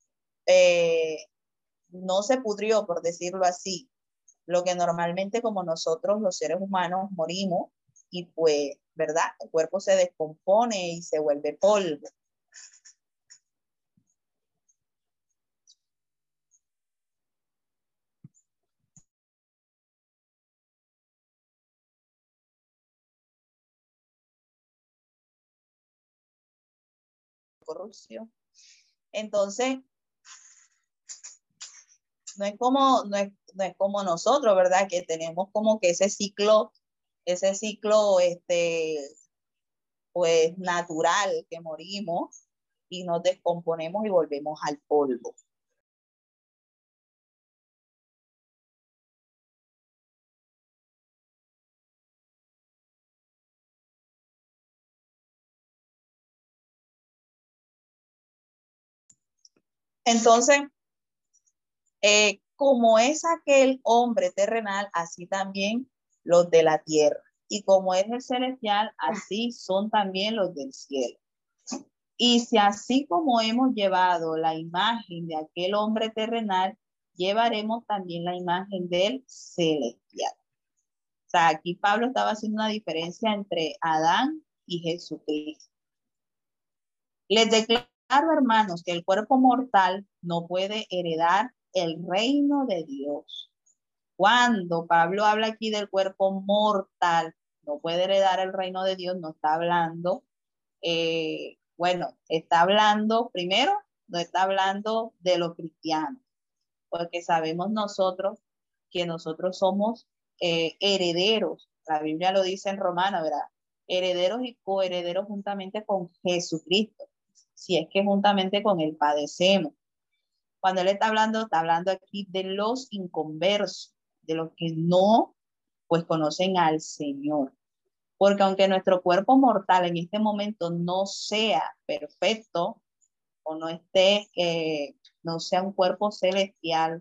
no se pudrió, por decirlo así, lo que normalmente como nosotros los seres humanos morimos y pues, ¿verdad? El cuerpo se descompone y se vuelve polvo. Corrupción. Entonces, no es como nosotros, ¿verdad? Que tenemos como que ese ciclo, pues natural, que morimos y nos descomponemos y volvemos al polvo. Entonces, como es aquel hombre terrenal, así también los de la tierra. Y como es el celestial, así son también los del cielo. Y si así como hemos llevado la imagen de aquel hombre terrenal, llevaremos también la imagen del celestial. O sea, aquí Pablo estaba haciendo una diferencia entre Adán y Jesucristo. Les declaro, hermanos, que el cuerpo mortal no puede heredar el reino de Dios. Cuando Pablo habla aquí del cuerpo mortal, no puede heredar el reino de Dios, no está hablando, bueno, está hablando, primero, no está hablando de los cristianos, porque sabemos nosotros que nosotros somos herederos. La Biblia lo dice en Romanos, ¿verdad? Herederos y coherederos juntamente con Jesucristo, si es que juntamente con él padecemos. Cuando él está hablando aquí de los inconversos, de los que no, pues conocen al Señor. Porque aunque nuestro cuerpo mortal en este momento no sea perfecto o no esté, no sea un cuerpo celestial,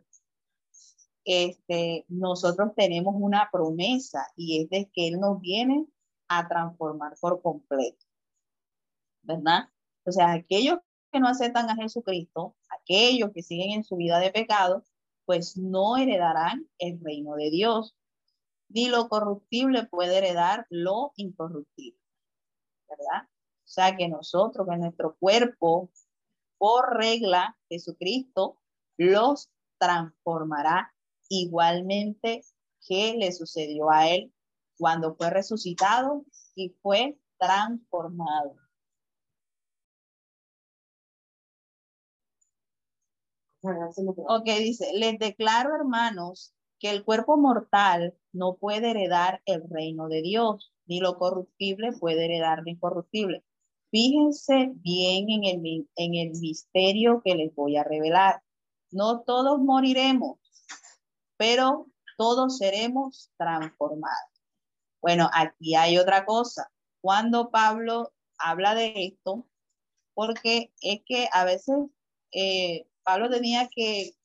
nosotros tenemos una promesa y es de que Él nos viene a transformar por completo, ¿verdad? O sea, aquellos que no aceptan a Jesucristo, aquellos que siguen en su vida de pecado, pues no heredarán el reino de Dios, ni lo corruptible puede heredar lo incorruptible, ¿verdad? O sea, que nosotros, que nuestro cuerpo, por regla, Jesucristo los transformará igualmente que le sucedió a él cuando fue resucitado y fue transformado. Ok, dice, les declaro, hermanos, que el cuerpo mortal no puede heredar el reino de Dios, ni lo corruptible puede heredar lo incorruptible. Fíjense bien en el misterio que les voy a revelar. No todos moriremos, pero todos seremos transformados. Bueno, aquí hay otra cosa. Cuando Pablo habla de esto, porque es que a veces Pablo tenía que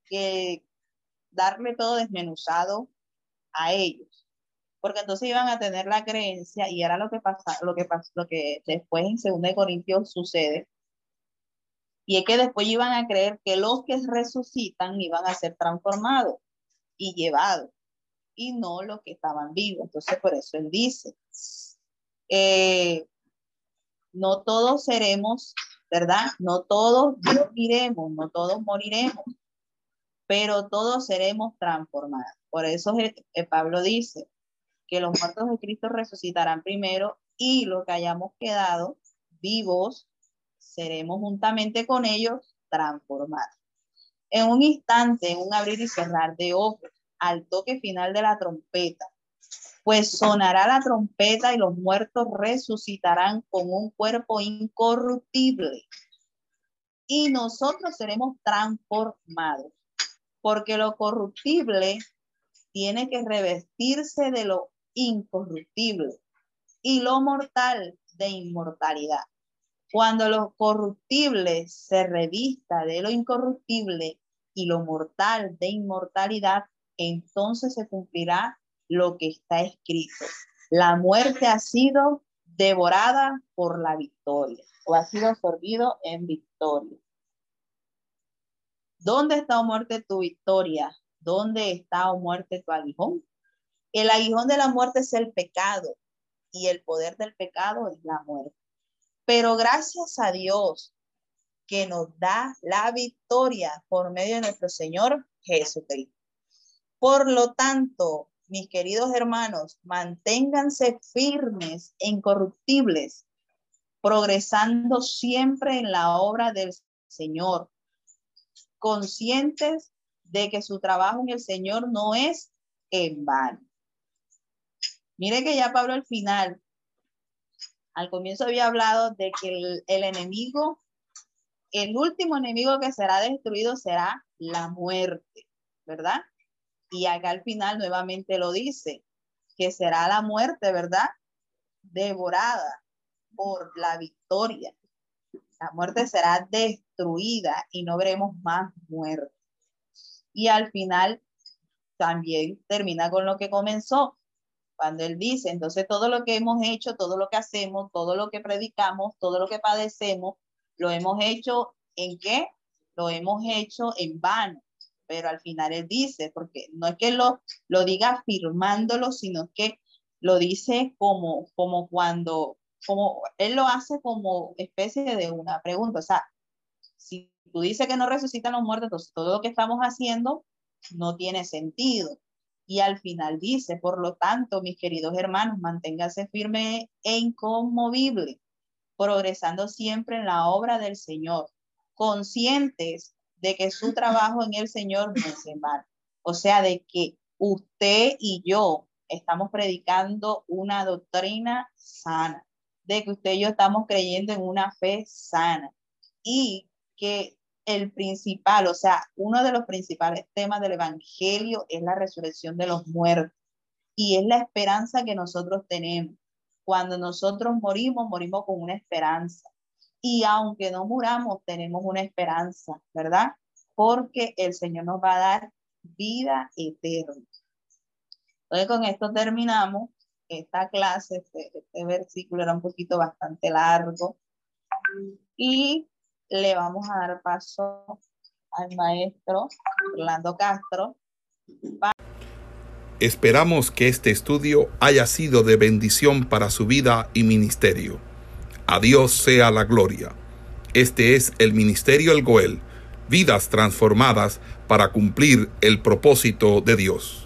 darle todo desmenuzado a ellos, porque entonces iban a tener la creencia, y era lo que después en 2 Corintios sucede, y es que después iban a creer que los que resucitan iban a ser transformados y llevados, y no los que estaban vivos. Entonces por eso él dice, no todos seremos, ¿verdad? No todos viviremos, no todos moriremos, pero todos seremos transformados. Por eso Pablo dice que los muertos de Cristo resucitarán primero, y los que hayamos quedado vivos seremos juntamente con ellos transformados. En un instante, en un abrir y cerrar de ojos, al toque final de la trompeta, pues sonará la trompeta y los muertos resucitarán con un cuerpo incorruptible, y nosotros seremos transformados, porque lo corruptible tiene que revestirse de lo incorruptible, y lo mortal de inmortalidad. Cuando lo corruptible se revista de lo incorruptible y lo mortal de inmortalidad, entonces se cumplirá lo que está escrito: la muerte ha sido devorada por la victoria, o ha sido absorbido en victoria. ¿Dónde está, oh muerte, tu victoria? ¿Dónde está, oh muerte, tu aguijón? El aguijón de la muerte es el pecado, y el poder del pecado es la muerte. Pero gracias a Dios que nos da la victoria por medio de nuestro Señor Jesucristo. Por lo tanto, mis queridos hermanos, manténganse firmes e incorruptibles, progresando siempre en la obra del Señor, conscientes de que su trabajo en el Señor no es en vano. Mire que ya Pablo al comienzo había hablado de que el enemigo, el último enemigo que será destruido será la muerte, ¿verdad? Y acá al final nuevamente lo dice, que será la muerte, ¿verdad? Devorada por la victoria. La muerte será destruida y no veremos más muerte. Y al final también termina con lo que comenzó, cuando él dice, entonces todo lo que hemos hecho, todo lo que hacemos, todo lo que predicamos, todo lo que padecemos, lo hemos hecho ¿en qué? Lo hemos hecho en vano. Pero al final él dice, porque no es que lo diga afirmándolo, sino que lo dice como él lo hace como especie de una pregunta. O sea, si tú dices que no resucitan los muertos, entonces todo lo que estamos haciendo no tiene sentido. Y al final dice, por lo tanto, mis queridos hermanos, manténganse firmes e inconmovibles, progresando siempre en la obra del Señor, conscientes de que su trabajo en el Señor no es en vano. O sea, de que usted y yo estamos predicando una doctrina sana, de que usted y yo estamos creyendo en una fe sana, y que el principal, o sea, uno de los principales temas del evangelio es la resurrección de los muertos, y es la esperanza que nosotros tenemos. Cuando nosotros morimos con una esperanza, y aunque no muramos, tenemos una esperanza, ¿verdad? Porque el Señor nos va a dar vida eterna. Entonces, con esto terminamos esta clase. Este versículo era un poquito bastante largo, y le vamos a dar paso al maestro Orlando Castro. Esperamos que este estudio haya sido de bendición para su vida y ministerio. A Dios sea la gloria. Este es el Ministerio El Goel, vidas transformadas para cumplir el propósito de Dios.